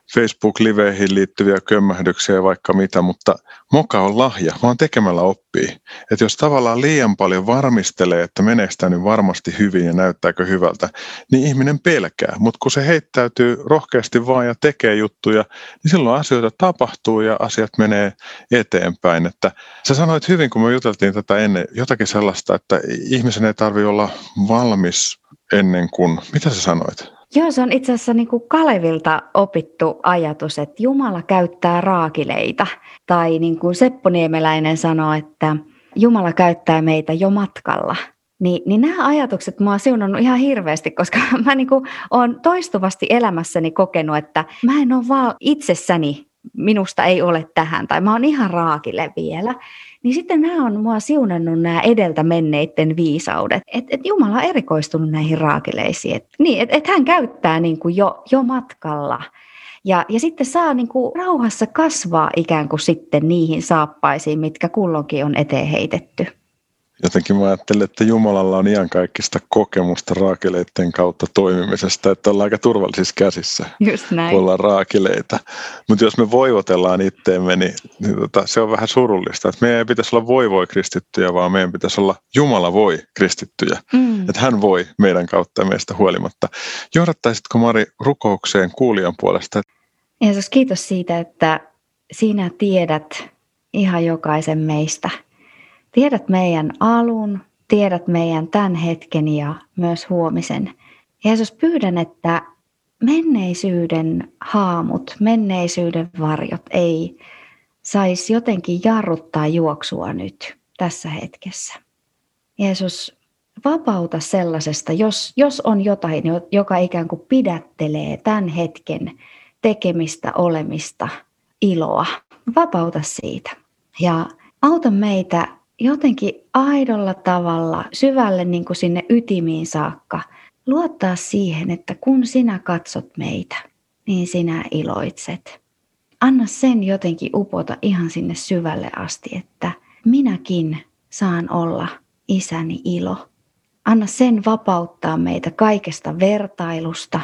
Facebook-liveihin liittyviä kömmähdyksiä ja vaikka mitä, mutta moka on lahja, vaan tekemällä oppii. Että jos tavallaan liian paljon varmistelee, että meneekö tämä nyt varmasti hyvin ja näyttääkö hyvältä, niin ihminen pelkää. Mutta kun se heittäytyy rohkeasti vaan ja tekee juttuja, niin silloin asioita tapahtuu ja asiat menee eteenpäin. Että sä sanoit hyvin, kun me juteltiin tätä ennen, jotakin sellaista, että ihmisen ei tarvitse olla valmis ennen kuin, mitä sä sanoit? Joo, se on itse asiassa niin kuin Kalevilta opittu ajatus, että Jumala käyttää raakileita. Tai niin kuin Seppo Niemeläinen sanoo, että Jumala käyttää meitä jo matkalla. Niin nämä ajatukset mua siunannut ihan hirveästi, koska mä niin kuin olen toistuvasti elämässäni kokenut, että mä en ole vaan itsessäni, minusta ei ole tähän, tai mä oon ihan raakile vielä. Niin sitten nämä on mua siunannut nämä edeltä menneiden viisaudet, että Jumala on erikoistunut näihin raakileisiin, että hän käyttää niin kuin jo matkalla ja sitten saa niin kuin rauhassa kasvaa ikään kuin sitten niihin saappaisiin, mitkä kulloinkin on eteen heitetty. Jotenkin mä ajattelen, että Jumalalla on iankaikkista kokemusta raakileiden kautta toimimisesta, että ollaan aika turvallisissa käsissä, kun ollaan raakileita. Mutta jos me voivotellaan itteemme, niin se on vähän surullista. Että meidän ei pitäisi olla voi kristittyjä, vaan meidän pitäisi olla Jumala voi kristittyjä. Että hän voi meidän kautta ja meistä huolimatta. Johdattaisitko Mari rukoukseen kuulijan puolesta? Jeesus, kiitos siitä, että sinä tiedät ihan jokaisen meistä. Tiedät meidän alun, tiedät meidän tämän hetken ja myös huomisen. Jeesus, pyydän, että menneisyyden haamut, menneisyyden varjot ei saisi jotenkin jarruttaa juoksua nyt tässä hetkessä. Jeesus, vapauta sellaisesta, jos on jotain, joka ikään kuin pidättelee tämän hetken tekemistä, olemista, iloa. Vapauta siitä ja auta meitä jotenkin aidolla tavalla syvälle niin kuin sinne ytimiin saakka luottaa siihen, että kun sinä katsot meitä, niin sinä iloitset. Anna sen jotenkin upota ihan sinne syvälle asti, että minäkin saan olla isäni ilo. Anna sen vapauttaa meitä kaikesta vertailusta,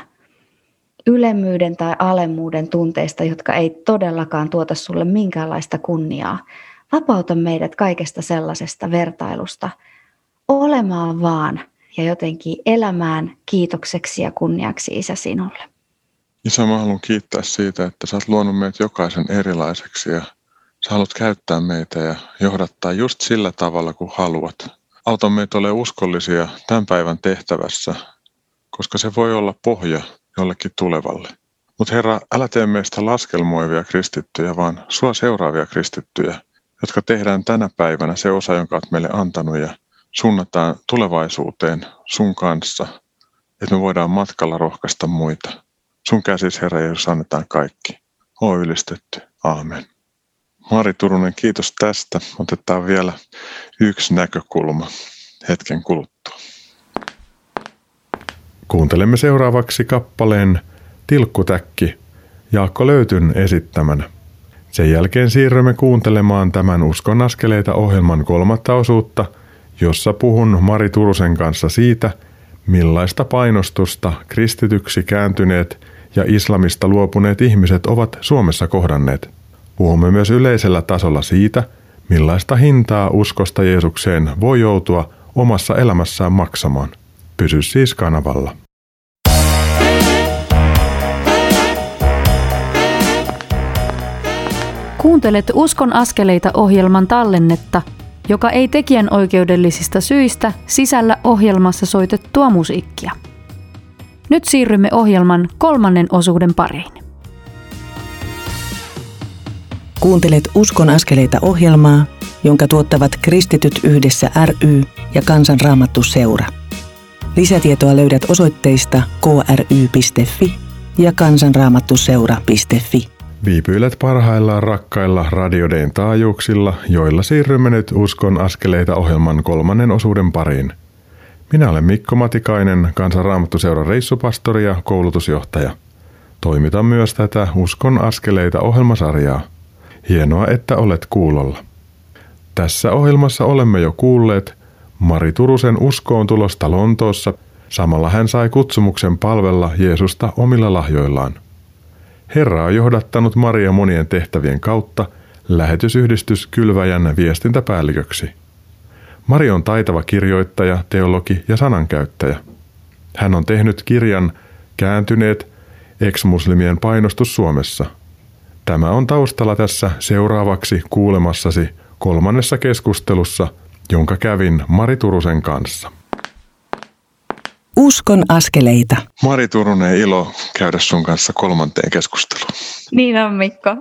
ylemmyyden tai alemmuuden tunteista, jotka ei todellakaan tuota sulle minkäänlaista kunniaa. Vapauta meidät kaikesta sellaisesta vertailusta olemaan vaan ja jotenkin elämään kiitokseksi ja kunniaksi Isä sinulle. Isä, mä haluan kiittää siitä, että sä oot luonut meitä jokaisen erilaiseksi ja sä haluat käyttää meitä ja johdattaa just sillä tavalla kuin haluat. Auta meitä olemaan uskollisia tämän päivän tehtävässä, koska se voi olla pohja jollekin tulevalle. Mutta Herra, älä tee meistä laskelmoivia kristittyjä, vaan sua seuraavia kristittyjä, jotka tehdään tänä päivänä se osa, jonka olet meille antanut ja suunnataan tulevaisuuteen sun kanssa, että me voidaan matkalla rohkaista muita. Sun käsis, Herra Jeesus, annetaan kaikki. Oo ylistetty. Aamen. Mari Turunen, kiitos tästä. Otetaan vielä yksi näkökulma hetken kuluttua. Kuuntelemme seuraavaksi kappaleen Tilkkutäkki Jaakko Löytyn esittämänä. Sen jälkeen siirrymme kuuntelemaan tämän Uskon askeleita -ohjelman 3. osuutta, jossa puhun Mari Turusen kanssa siitä, millaista painostusta kristityksi kääntyneet ja islamista luopuneet ihmiset ovat Suomessa kohdanneet. Puhumme myös yleisellä tasolla siitä, millaista hintaa uskosta Jeesukseen voi joutua omassa elämässään maksamaan. Pysy siis kanavalla. Kuuntelet Uskon askeleita -ohjelman tallennetta, joka ei tekijänoikeudellisista syistä sisällä ohjelmassa soitettua musiikkia. Nyt siirrymme ohjelman 3. osuuden pariin. Kuuntelet Uskon askeleita -ohjelmaa, jonka tuottavat Kristityt yhdessä ry ja Kansan Raamattu Seura. Lisätietoa löydät osoitteista kry.fi ja kansanraamattuseura.fi. Viipyilet parhaillaan rakkailla Radio Dayn taajuuksilla, joilla siirrymme nyt Uskon askeleita -ohjelman 3. osuuden pariin. Minä olen Mikko Matikainen, Kansan Raamattuseuran reissupastori ja koulutusjohtaja. Toimitan myös tätä Uskon askeleita -ohjelmasarjaa. Hienoa, että olet kuulolla. Tässä ohjelmassa olemme jo kuulleet Mari Turusen uskoon tulosta Lontoossa. Samalla hän sai kutsumuksen palvella Jeesusta omilla lahjoillaan. Herra on johdattanut Maria monien tehtävien kautta lähetysyhdistys Kylväjän viestintäpäälliköksi. Mari on taitava kirjoittaja, teologi ja sanankäyttäjä. Hän on tehnyt kirjan Kääntyneet ex-muslimien painostus Suomessa. Tämä on taustalla tässä seuraavaksi kuulemassasi 3. keskustelussa, jonka kävin Mari Turusen kanssa. Uskon askeleita. Mari Turunen, ilo käydä sun kanssa 3. keskusteluun. Niin on, Mikko.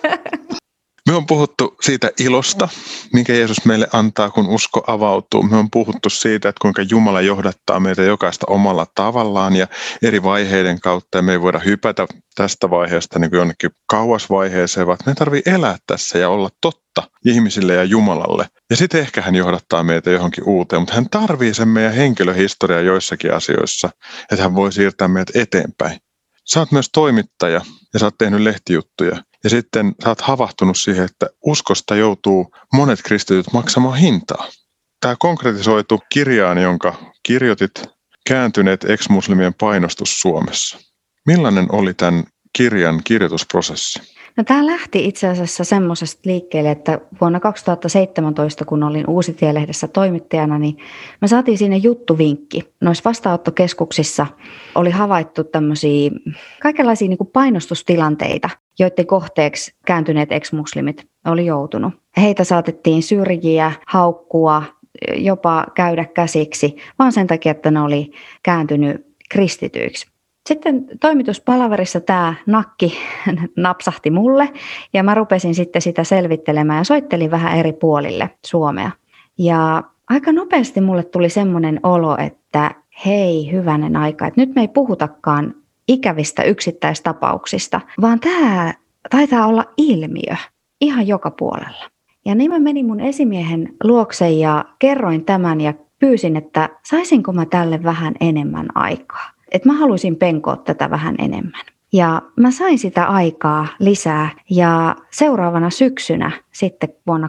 Me on puhuttu siitä ilosta, minkä Jeesus meille antaa, kun usko avautuu. Me on puhuttu siitä, että kuinka Jumala johdattaa meitä jokaista omalla tavallaan ja eri vaiheiden kautta. Ja me ei voida hypätä tästä vaiheesta niin kuin jonnekin kauas vaiheeseen, vaan me tarvitsee elää tässä ja olla totta ihmisille ja Jumalalle. Ja sitten ehkä hän johdattaa meitä johonkin uuteen, mutta hän tarvitsee sen meidän henkilöhistoriaa joissakin asioissa, että hän voi siirtää meidät eteenpäin. Sä oot myös toimittaja ja sä oot tehnyt lehtijuttuja. Ja sitten sä oot havahtunut siihen, että uskosta joutuu monet kristityt maksamaan hintaa. Tämä konkretisoitu kirjaan, jonka kirjoitit, Kääntyneet ex-muslimien painostus Suomessa. Millainen oli tämän kirjan kirjoitusprosessi? No, tämä lähti itse asiassa semmoisesta liikkeelle, että vuonna 2017, kun olin Uusitie-lehdessä toimittajana, niin me saatiin sinne juttuvinkki. Noissa vastaanottokeskuksissa oli havaittu tämmöisiä kaikenlaisia niin kuin painostustilanteita, joiden kohteeksi kääntyneet ex-muslimit oli joutunut. Heitä saatettiin syrjiä, haukkua, jopa käydä käsiksi, vaan sen takia, että ne oli kääntynyt kristityiksi. Sitten toimituspalaverissa tämä nakki napsahti mulle ja mä rupesin sitten sitä selvittelemään ja soittelin vähän eri puolille Suomea. Ja aika nopeasti mulle tuli semmoinen olo, että hei, hyvänen aika, että nyt me ei puhutakaan ikävistä yksittäistapauksista, vaan tämä taitaa olla ilmiö ihan joka puolella. Ja niin mä menin mun esimiehen luokse ja kerroin tämän ja pyysin, että saisinko mä tälle vähän enemmän aikaa. Että mä haluaisin penkoa tätä vähän enemmän. Ja mä sain sitä aikaa lisää ja seuraavana syksynä sitten vuonna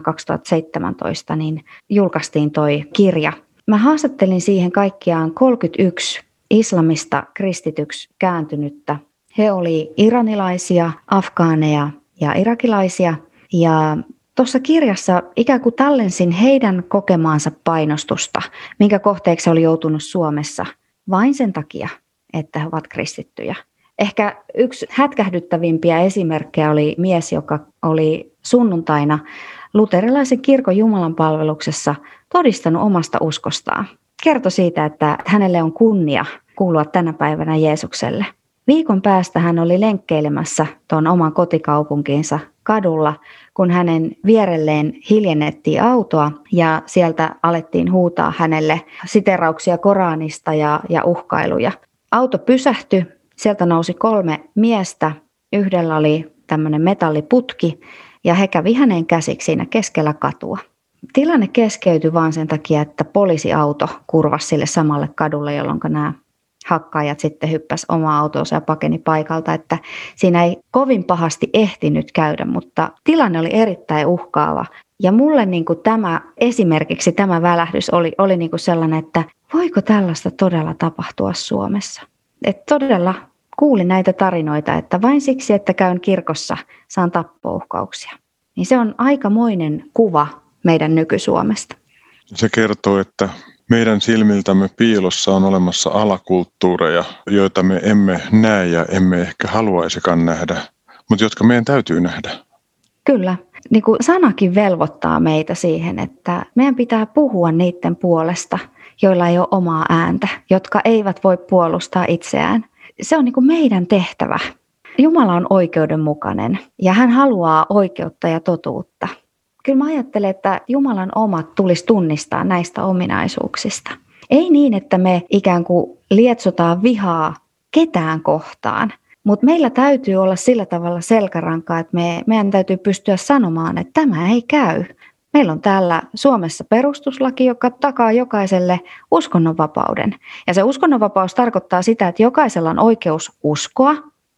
2017 niin julkaistiin toi kirja. Mä haastattelin siihen kaikkiaan 31 islamista kristityksi kääntynyttä. He oli iranilaisia, afgaaneja ja irakilaisia. Ja tuossa kirjassa ikään kuin tallensin heidän kokemaansa painostusta, minkä kohteeksi oli joutunut Suomessa vain sen takia, että he ovat kristittyjä. Ehkä yksi hätkähdyttävimpiä esimerkkejä oli mies, joka oli sunnuntaina luterilaisen kirkon jumalanpalveluksessa todistanut omasta uskostaan. Kertoi siitä, että hänelle on kunnia kuulua tänä päivänä Jeesukselle. Viikon päästä hän oli lenkkeilemässä tuon oman kotikaupunkiinsa kadulla, kun hänen vierelleen hiljennettiin autoa ja sieltä alettiin huutaa hänelle siterauksia Koranista ja uhkailuja. Auto pysähtyi, sieltä nousi 3 miestä, yhdellä oli tämmöinen metalliputki ja he kävi hänen käsiksi siinä keskellä katua. Tilanne keskeytyi vaan sen takia, että poliisiauto kurvasi sille samalle kadulle, jolloin nämä hakkaajat sitten hyppäsi omaa autoonsa ja pakeni paikalta, että siinä ei kovin pahasti ehtinyt käydä, mutta tilanne oli erittäin uhkaava. Ja mulle niin kuin esimerkiksi tämä välähdys oli niin kuin sellainen, että voiko tällaista todella tapahtua Suomessa? Että todella kuulin näitä tarinoita, että vain siksi, että käyn kirkossa, saan tappouhkauksia. Niin se on aikamoinen kuva meidän nyky-Suomesta. Se kertoo, että meidän silmiltämme piilossa on olemassa alakulttuureja, joita me emme näe ja emme ehkä haluaisikaan nähdä, mutta jotka meidän täytyy nähdä. Kyllä. Niin kuin sanakin velvoittaa meitä siihen, että meidän pitää puhua niiden puolesta, joilla ei ole omaa ääntä, jotka eivät voi puolustaa itseään. Se on niin kuin meidän tehtävä. Jumala on oikeudenmukainen ja hän haluaa oikeutta ja totuutta. Kyllä mä ajattelen, että Jumalan omat tulisi tunnistaa näistä ominaisuuksista. Ei niin, että me ikään kuin lietsotaan vihaa ketään kohtaan, mutta meillä täytyy olla sillä tavalla selkärankaa, että meidän täytyy pystyä sanomaan, että tämä ei käy. Meillä on täällä Suomessa perustuslaki, joka takaa jokaiselle uskonnonvapauden. Ja se uskonnonvapaus tarkoittaa sitä, että jokaisella on oikeus uskoa,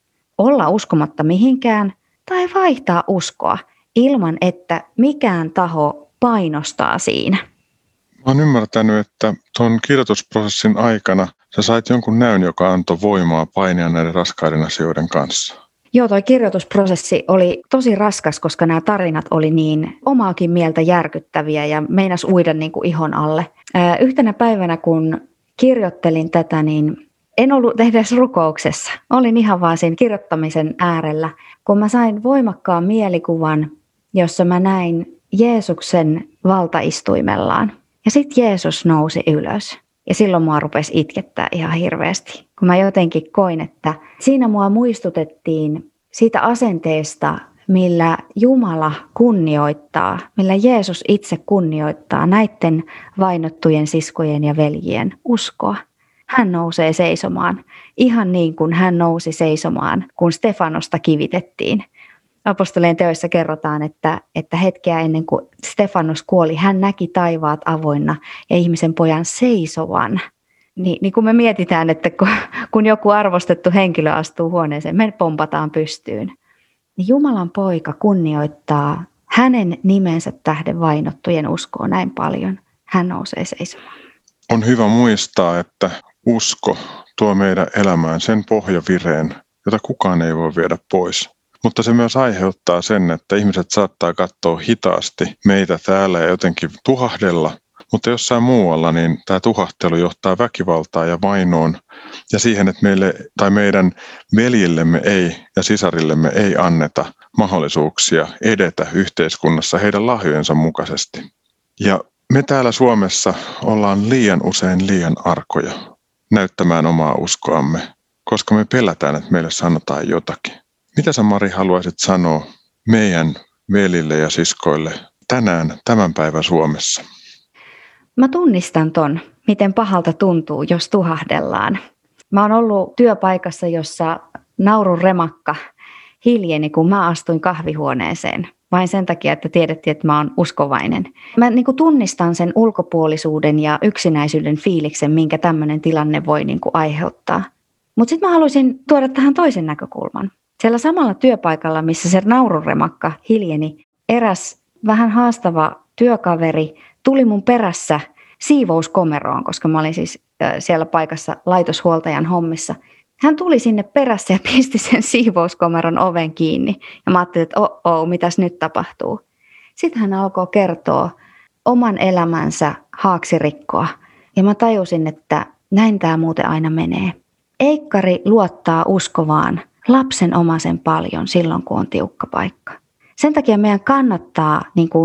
olla uskomatta mihinkään tai vaihtaa uskoa ilman, että mikään taho painostaa siinä. Mä oon ymmärtänyt, että tuon kirjoitusprosessin aikana sä sait jonkun näyn, joka antoi voimaa painia näiden raskaiden asioiden kanssa. Joo, toi kirjoitusprosessi oli tosi raskas, koska nämä tarinat oli niin omaakin mieltä järkyttäviä ja meinas uida niin kuin ihon alle. Yhtenä päivänä, kun kirjoittelin tätä, niin en ollut edes rukouksessa. Olin ihan vaan siinä kirjoittamisen äärellä, kun mä sain voimakkaan mielikuvan, jossa mä näin Jeesuksen valtaistuimellaan. Ja sitten Jeesus nousi ylös. Ja silloin mua rupesi itkettää ihan hirveästi, kun mä jotenkin koin, että siinä mua muistutettiin siitä asenteesta, millä Jumala kunnioittaa, millä Jeesus itse kunnioittaa näiden vainottujen siskojen ja veljien uskoa. Hän nousee seisomaan, ihan niin kuin hän nousi seisomaan, kun Stefanosta kivitettiin. Apostolien teoissa kerrotaan, että hetkeä ennen kuin Stefanos kuoli, hän näki taivaat avoinna ja ihmisen pojan seisovan. Niin kun me mietitään, että kun joku arvostettu henkilö astuu huoneeseen, me pompataan pystyyn. Niin Jumalan poika kunnioittaa hänen nimensä tähden vainottujen uskoa näin paljon. Hän nousee seisomaan. On hyvä muistaa, että usko tuo meidän elämään sen pohjavireen, jota kukaan ei voi viedä pois. Mutta se myös aiheuttaa sen, että ihmiset saattaa katsoa hitaasti meitä täällä ja jotenkin tuhahdella. Mutta jossain muualla niin tämä tuhahtelu johtaa väkivaltaan ja vainoon ja siihen, että meille tai meidän veljillemme ja sisarillemme ei anneta mahdollisuuksia edetä yhteiskunnassa heidän lahjojensa mukaisesti. Ja me täällä Suomessa ollaan liian usein liian arkoja näyttämään omaa uskoamme, koska me pelätään, että meille sanotaan jotakin. Mitä sä, Mari, haluaisit sanoa meidän velille ja siskoille tänään, tämän päivän Suomessa? Mä tunnistan ton, miten pahalta tuntuu, jos tuhahdellaan. Mä oon ollut työpaikassa, jossa naurun remakka hiljeni, kun mä astuin kahvihuoneeseen. Vain sen takia, että tiedettiin, että mä oon uskovainen. Mä tunnistan sen ulkopuolisuuden ja yksinäisyyden fiiliksen, minkä tämmöinen tilanne voi aiheuttaa. Mutta sitten mä haluaisin tuoda tähän toisen näkökulman. Siellä samalla työpaikalla, missä se naurunremakka hiljeni, eräs vähän haastava työkaveri tuli mun perässä siivouskomeroon, koska mä olin siis siellä paikassa laitoshuoltajan hommissa. Hän tuli sinne perässä ja pisti sen siivouskomeron oven kiinni. Ja mä ajattelin, että mitäs nyt tapahtuu. Sitten hän alkoi kertoa oman elämänsä haaksirikkoa. Ja mä tajusin, että näin tämä muuten aina menee. Eikkari luottaa uskovaan lapsen omaisen paljon silloin, kun on tiukka paikka. Sen takia meidän kannattaa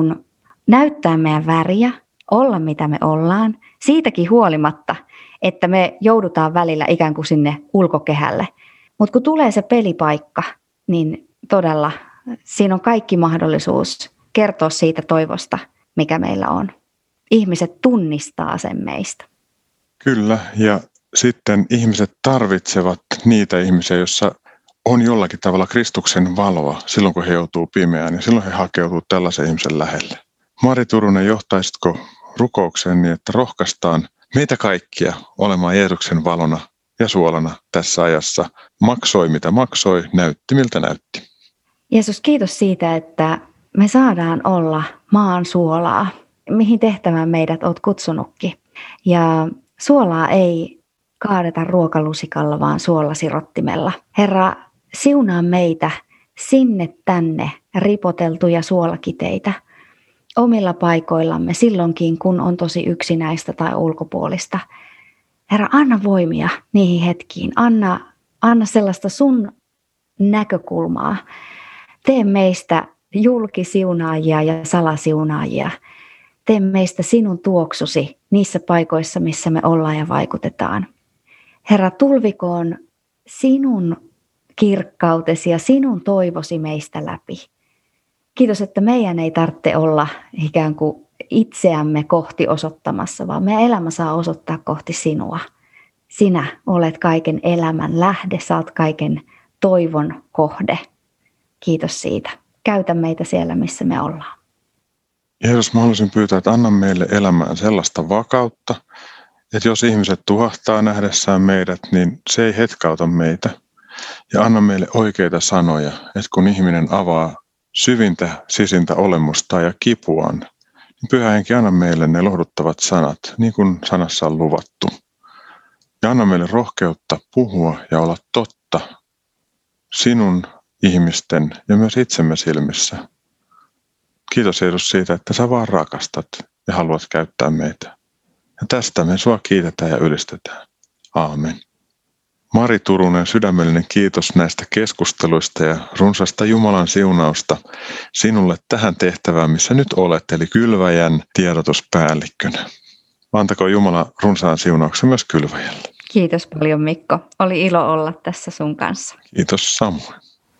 näyttää meidän väriä, olla mitä me ollaan, siitäkin huolimatta, että me joudutaan välillä ikään kuin sinne ulkokehälle. Mutta kun tulee se pelipaikka, niin todella siinä on kaikki mahdollisuus kertoa siitä toivosta, mikä meillä on. Ihmiset tunnistaa sen meistä. Kyllä, ja sitten ihmiset tarvitsevat niitä ihmisiä, joissa on jollakin tavalla Kristuksen valoa silloin, kun he joutuu pimeään, ja silloin he hakeutuu tällaisen ihmisen lähelle. Mari Turunen, johtaisitko rukoukseen niin, että rohkaistaan meitä kaikkia olemaan Jeesuksen valona ja suolana tässä ajassa? Maksoi mitä maksoi, näytti miltä näytti. Jeesus, kiitos siitä, että me saadaan olla maan suolaa, mihin tehtävään meidät olet kutsunutkin. Ja suolaa ei kaadeta ruokalusikalla, vaan suolasirottimella. Herra, siunaa meitä sinne tänne ripoteltuja suolakiteitä omilla paikoillamme silloinkin, kun on tosi yksinäistä tai ulkopuolista. Herra, anna voimia niihin hetkiin. Anna sellaista sun näkökulmaa. Tee meistä julkisiunaajia ja salasiunaajia. Tee meistä sinun tuoksusi niissä paikoissa, missä me ollaan ja vaikutetaan. Herra, tulvikoon sinun kirkkautesi ja sinun toivosi meistä läpi. Kiitos, että meidän ei tarvitse olla ikään kuin itseämme kohti osoittamassa, vaan meidän elämä saa osoittaa kohti sinua. Sinä olet kaiken elämän lähde, sä oot kaiken toivon kohde. Kiitos siitä. Käytä meitä siellä, missä me ollaan. Jeesus, mä haluaisin pyytää, että anna meille elämään sellaista vakautta, että jos ihmiset tuhahtaa nähdessään meidät, niin se ei hetkauta meitä. Ja anna meille oikeita sanoja, että kun ihminen avaa syvintä, sisintä olemustaan ja kipuaan, niin Pyhä Henki, anna meille ne lohduttavat sanat, niin kuin sanassa on luvattu. Ja anna meille rohkeutta puhua ja olla totta sinun ihmisten ja myös itsemme silmissä. Kiitos Jeesus siitä, että sä vaan rakastat ja haluat käyttää meitä. Ja tästä me sua kiitetään ja ylistetään. Aamen. Mari Turunen, sydämellinen kiitos näistä keskusteluista ja runsasta Jumalan siunausta sinulle tähän tehtävään, missä nyt olet, eli kylväjän tiedotuspäällikkönä. Antakoon Jumala runsaan siunauksen myös kylväjälle. Kiitos paljon Mikko. Oli ilo olla tässä sun kanssa. Kiitos samoin.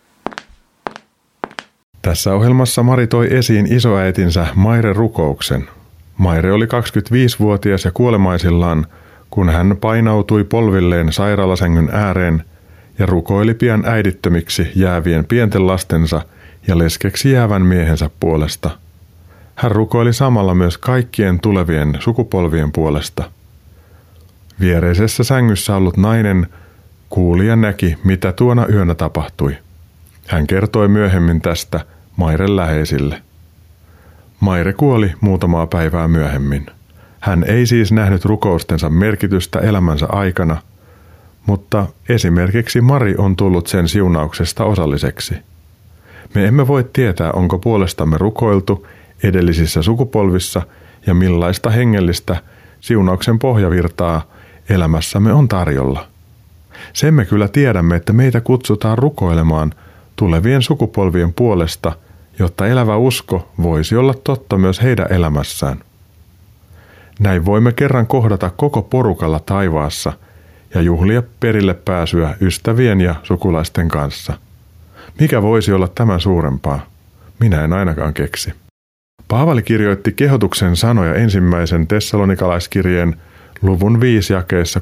Tässä ohjelmassa Mari toi esiin isoäitinsä Maire rukouksen. Maire oli 25-vuotias ja kuolemaisillaan, kun hän painautui polvilleen sairaalasängyn ääreen ja rukoili pian äidittömiksi jäävien pienten lastensa ja leskeksi jäävän miehensä puolesta. Hän rukoili samalla myös kaikkien tulevien sukupolvien puolesta. Viereisessä sängyssä ollut nainen kuuli ja näki, mitä tuona yönä tapahtui. Hän kertoi myöhemmin tästä Mairen läheisille. Maire kuoli muutamaa päivää myöhemmin. Hän ei siis nähnyt rukoustensa merkitystä elämänsä aikana, mutta esimerkiksi Mari on tullut sen siunauksesta osalliseksi. Me emme voi tietää, onko puolestamme rukoiltu edellisissä sukupolvissa ja millaista hengellistä siunauksen pohjavirtaa elämässämme on tarjolla. Sen me kyllä tiedämme, että meitä kutsutaan rukoilemaan tulevien sukupolvien puolesta, jotta elävä usko voisi olla totta myös heidän elämässään. Näin voimme kerran kohdata koko porukalla taivaassa ja juhlia perille pääsyä ystävien ja sukulaisten kanssa. Mikä voisi olla tämän suurempaa? Minä en ainakaan keksi. Paavali kirjoitti kehotuksen sanoja ensimmäisen tessalonikalaiskirjeen luvun 5 jakeessa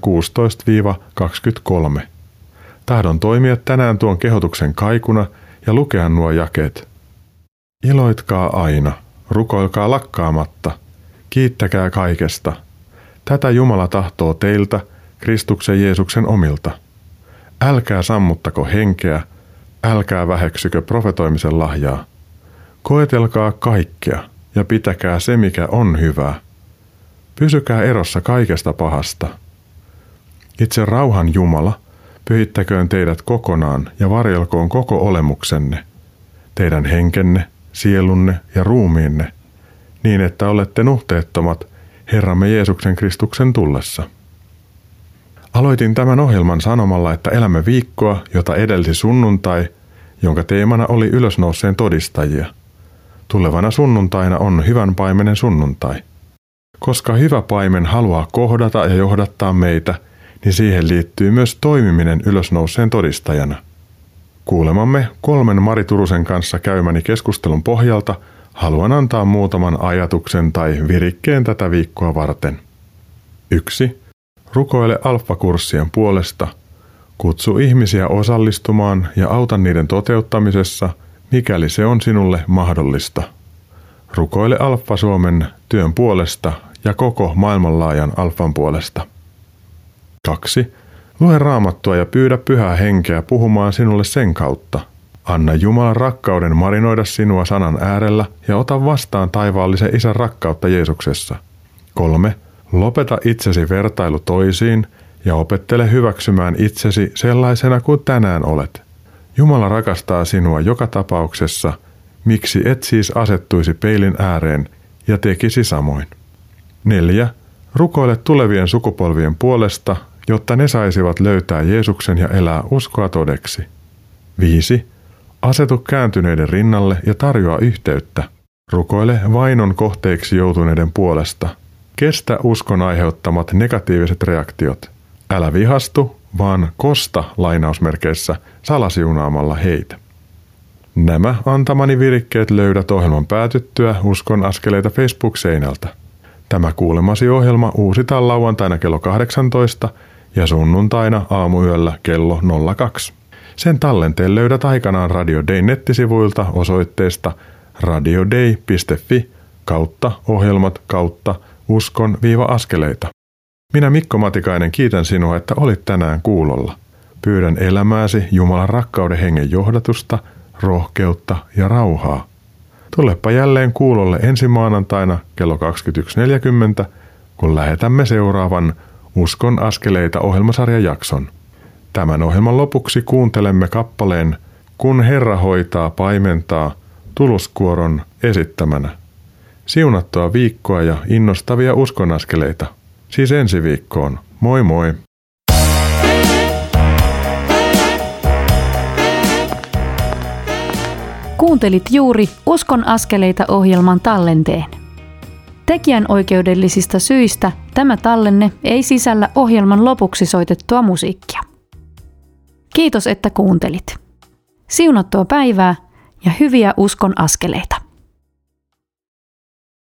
16-23. Tahdon toimia tänään tuon kehotuksen kaikuna ja lukea nuo jakeet. Iloitkaa aina, rukoilkaa lakkaamatta, kiittäkää kaikesta. Tätä Jumala tahtoo teiltä, Kristuksen Jeesuksen omilta. Älkää sammuttako henkeä, älkää väheksykö profetoimisen lahjaa. Koetelkaa kaikkea ja pitäkää se, mikä on hyvää. Pysykää erossa kaikesta pahasta. Itse rauhan Jumala pyhittäköön teidät kokonaan ja varjelkoon koko olemuksenne, teidän henkenne, sielunne ja ruumiinne, niin että olette nuhteettomat Herramme Jeesuksen Kristuksen tullessa. Aloitin tämän ohjelman sanomalla, että elämme viikkoa, jota edelsi sunnuntai, jonka teemana oli ylösnouseen todistajia. Tulevana sunnuntaina on hyvän paimenen sunnuntai. Koska hyvä paimen haluaa kohdata ja johdattaa meitä, niin siihen liittyy myös toimiminen ylösnouseen todistajana. Kuulemamme 3 Mari Turusen kanssa käymäni keskustelun pohjalta haluan antaa muutaman ajatuksen tai virikkeen tätä viikkoa varten. 1. Rukoile alfa-kurssien puolesta. Kutsu ihmisiä osallistumaan ja auta niiden toteuttamisessa, mikäli se on sinulle mahdollista. Rukoile Alfa Suomen työn puolesta ja koko maailmanlaajan Alfan puolesta. 2. Lue Raamattua ja pyydä Pyhää Henkeä puhumaan sinulle sen kautta. Anna Jumalan rakkauden marinoida sinua sanan äärellä ja ota vastaan taivaallisen Isän rakkautta Jeesuksessa. 3. Lopeta itsesi vertailu toisiin ja opettele hyväksymään itsesi sellaisena kuin tänään olet. Jumala rakastaa sinua joka tapauksessa, miksi et siis asettuisi peilin ääreen ja tekisi samoin. 4. Rukoile tulevien sukupolvien puolesta, jotta ne saisivat löytää Jeesuksen ja elää uskoa todeksi. 5. Asetu kääntyneiden rinnalle ja tarjoa yhteyttä. Rukoile vainon kohteeksi joutuneiden puolesta. Kestä uskon aiheuttamat negatiiviset reaktiot. Älä vihastu, vaan kosta lainausmerkeissä salasiunaamalla heitä. Nämä antamani virikkeet löydät ohjelman päätyttyä Uskon askeleita Facebook-seinältä. Tämä kuulemasi ohjelma uusitaan lauantaina kello 18 ja sunnuntaina aamuyöllä kello 02. Sen tallenteen löydät aikanaan Radio Day nettisivuilta osoitteesta radioday.fi/ohjelmat/uskon-askeleita. Minä Mikko Matikainen kiitän sinua, että olit tänään kuulolla. Pyydän elämääsi Jumalan rakkauden hengen johdatusta, rohkeutta ja rauhaa. Tulepa jälleen kuulolle ensi maanantaina kello 21.40, kun lähetämme seuraavan Uskon askeleita -ohjelmasarjan jakson. Tämän ohjelman lopuksi kuuntelemme kappaleen kun Herra hoitaa paimentaa tuluskuoron esittämänä. Siunattua viikkoa ja innostavia uskonaskeleita. Siis ensi viikkoon. Moi moi! Kuuntelit juuri Uskon askeleita -ohjelman tallenteen. Tekijän oikeudellisista syistä tämä tallenne ei sisällä ohjelman lopuksi soitettua musiikkia. Kiitos, että kuuntelit. Siunattua päivää ja hyviä uskon askeleita.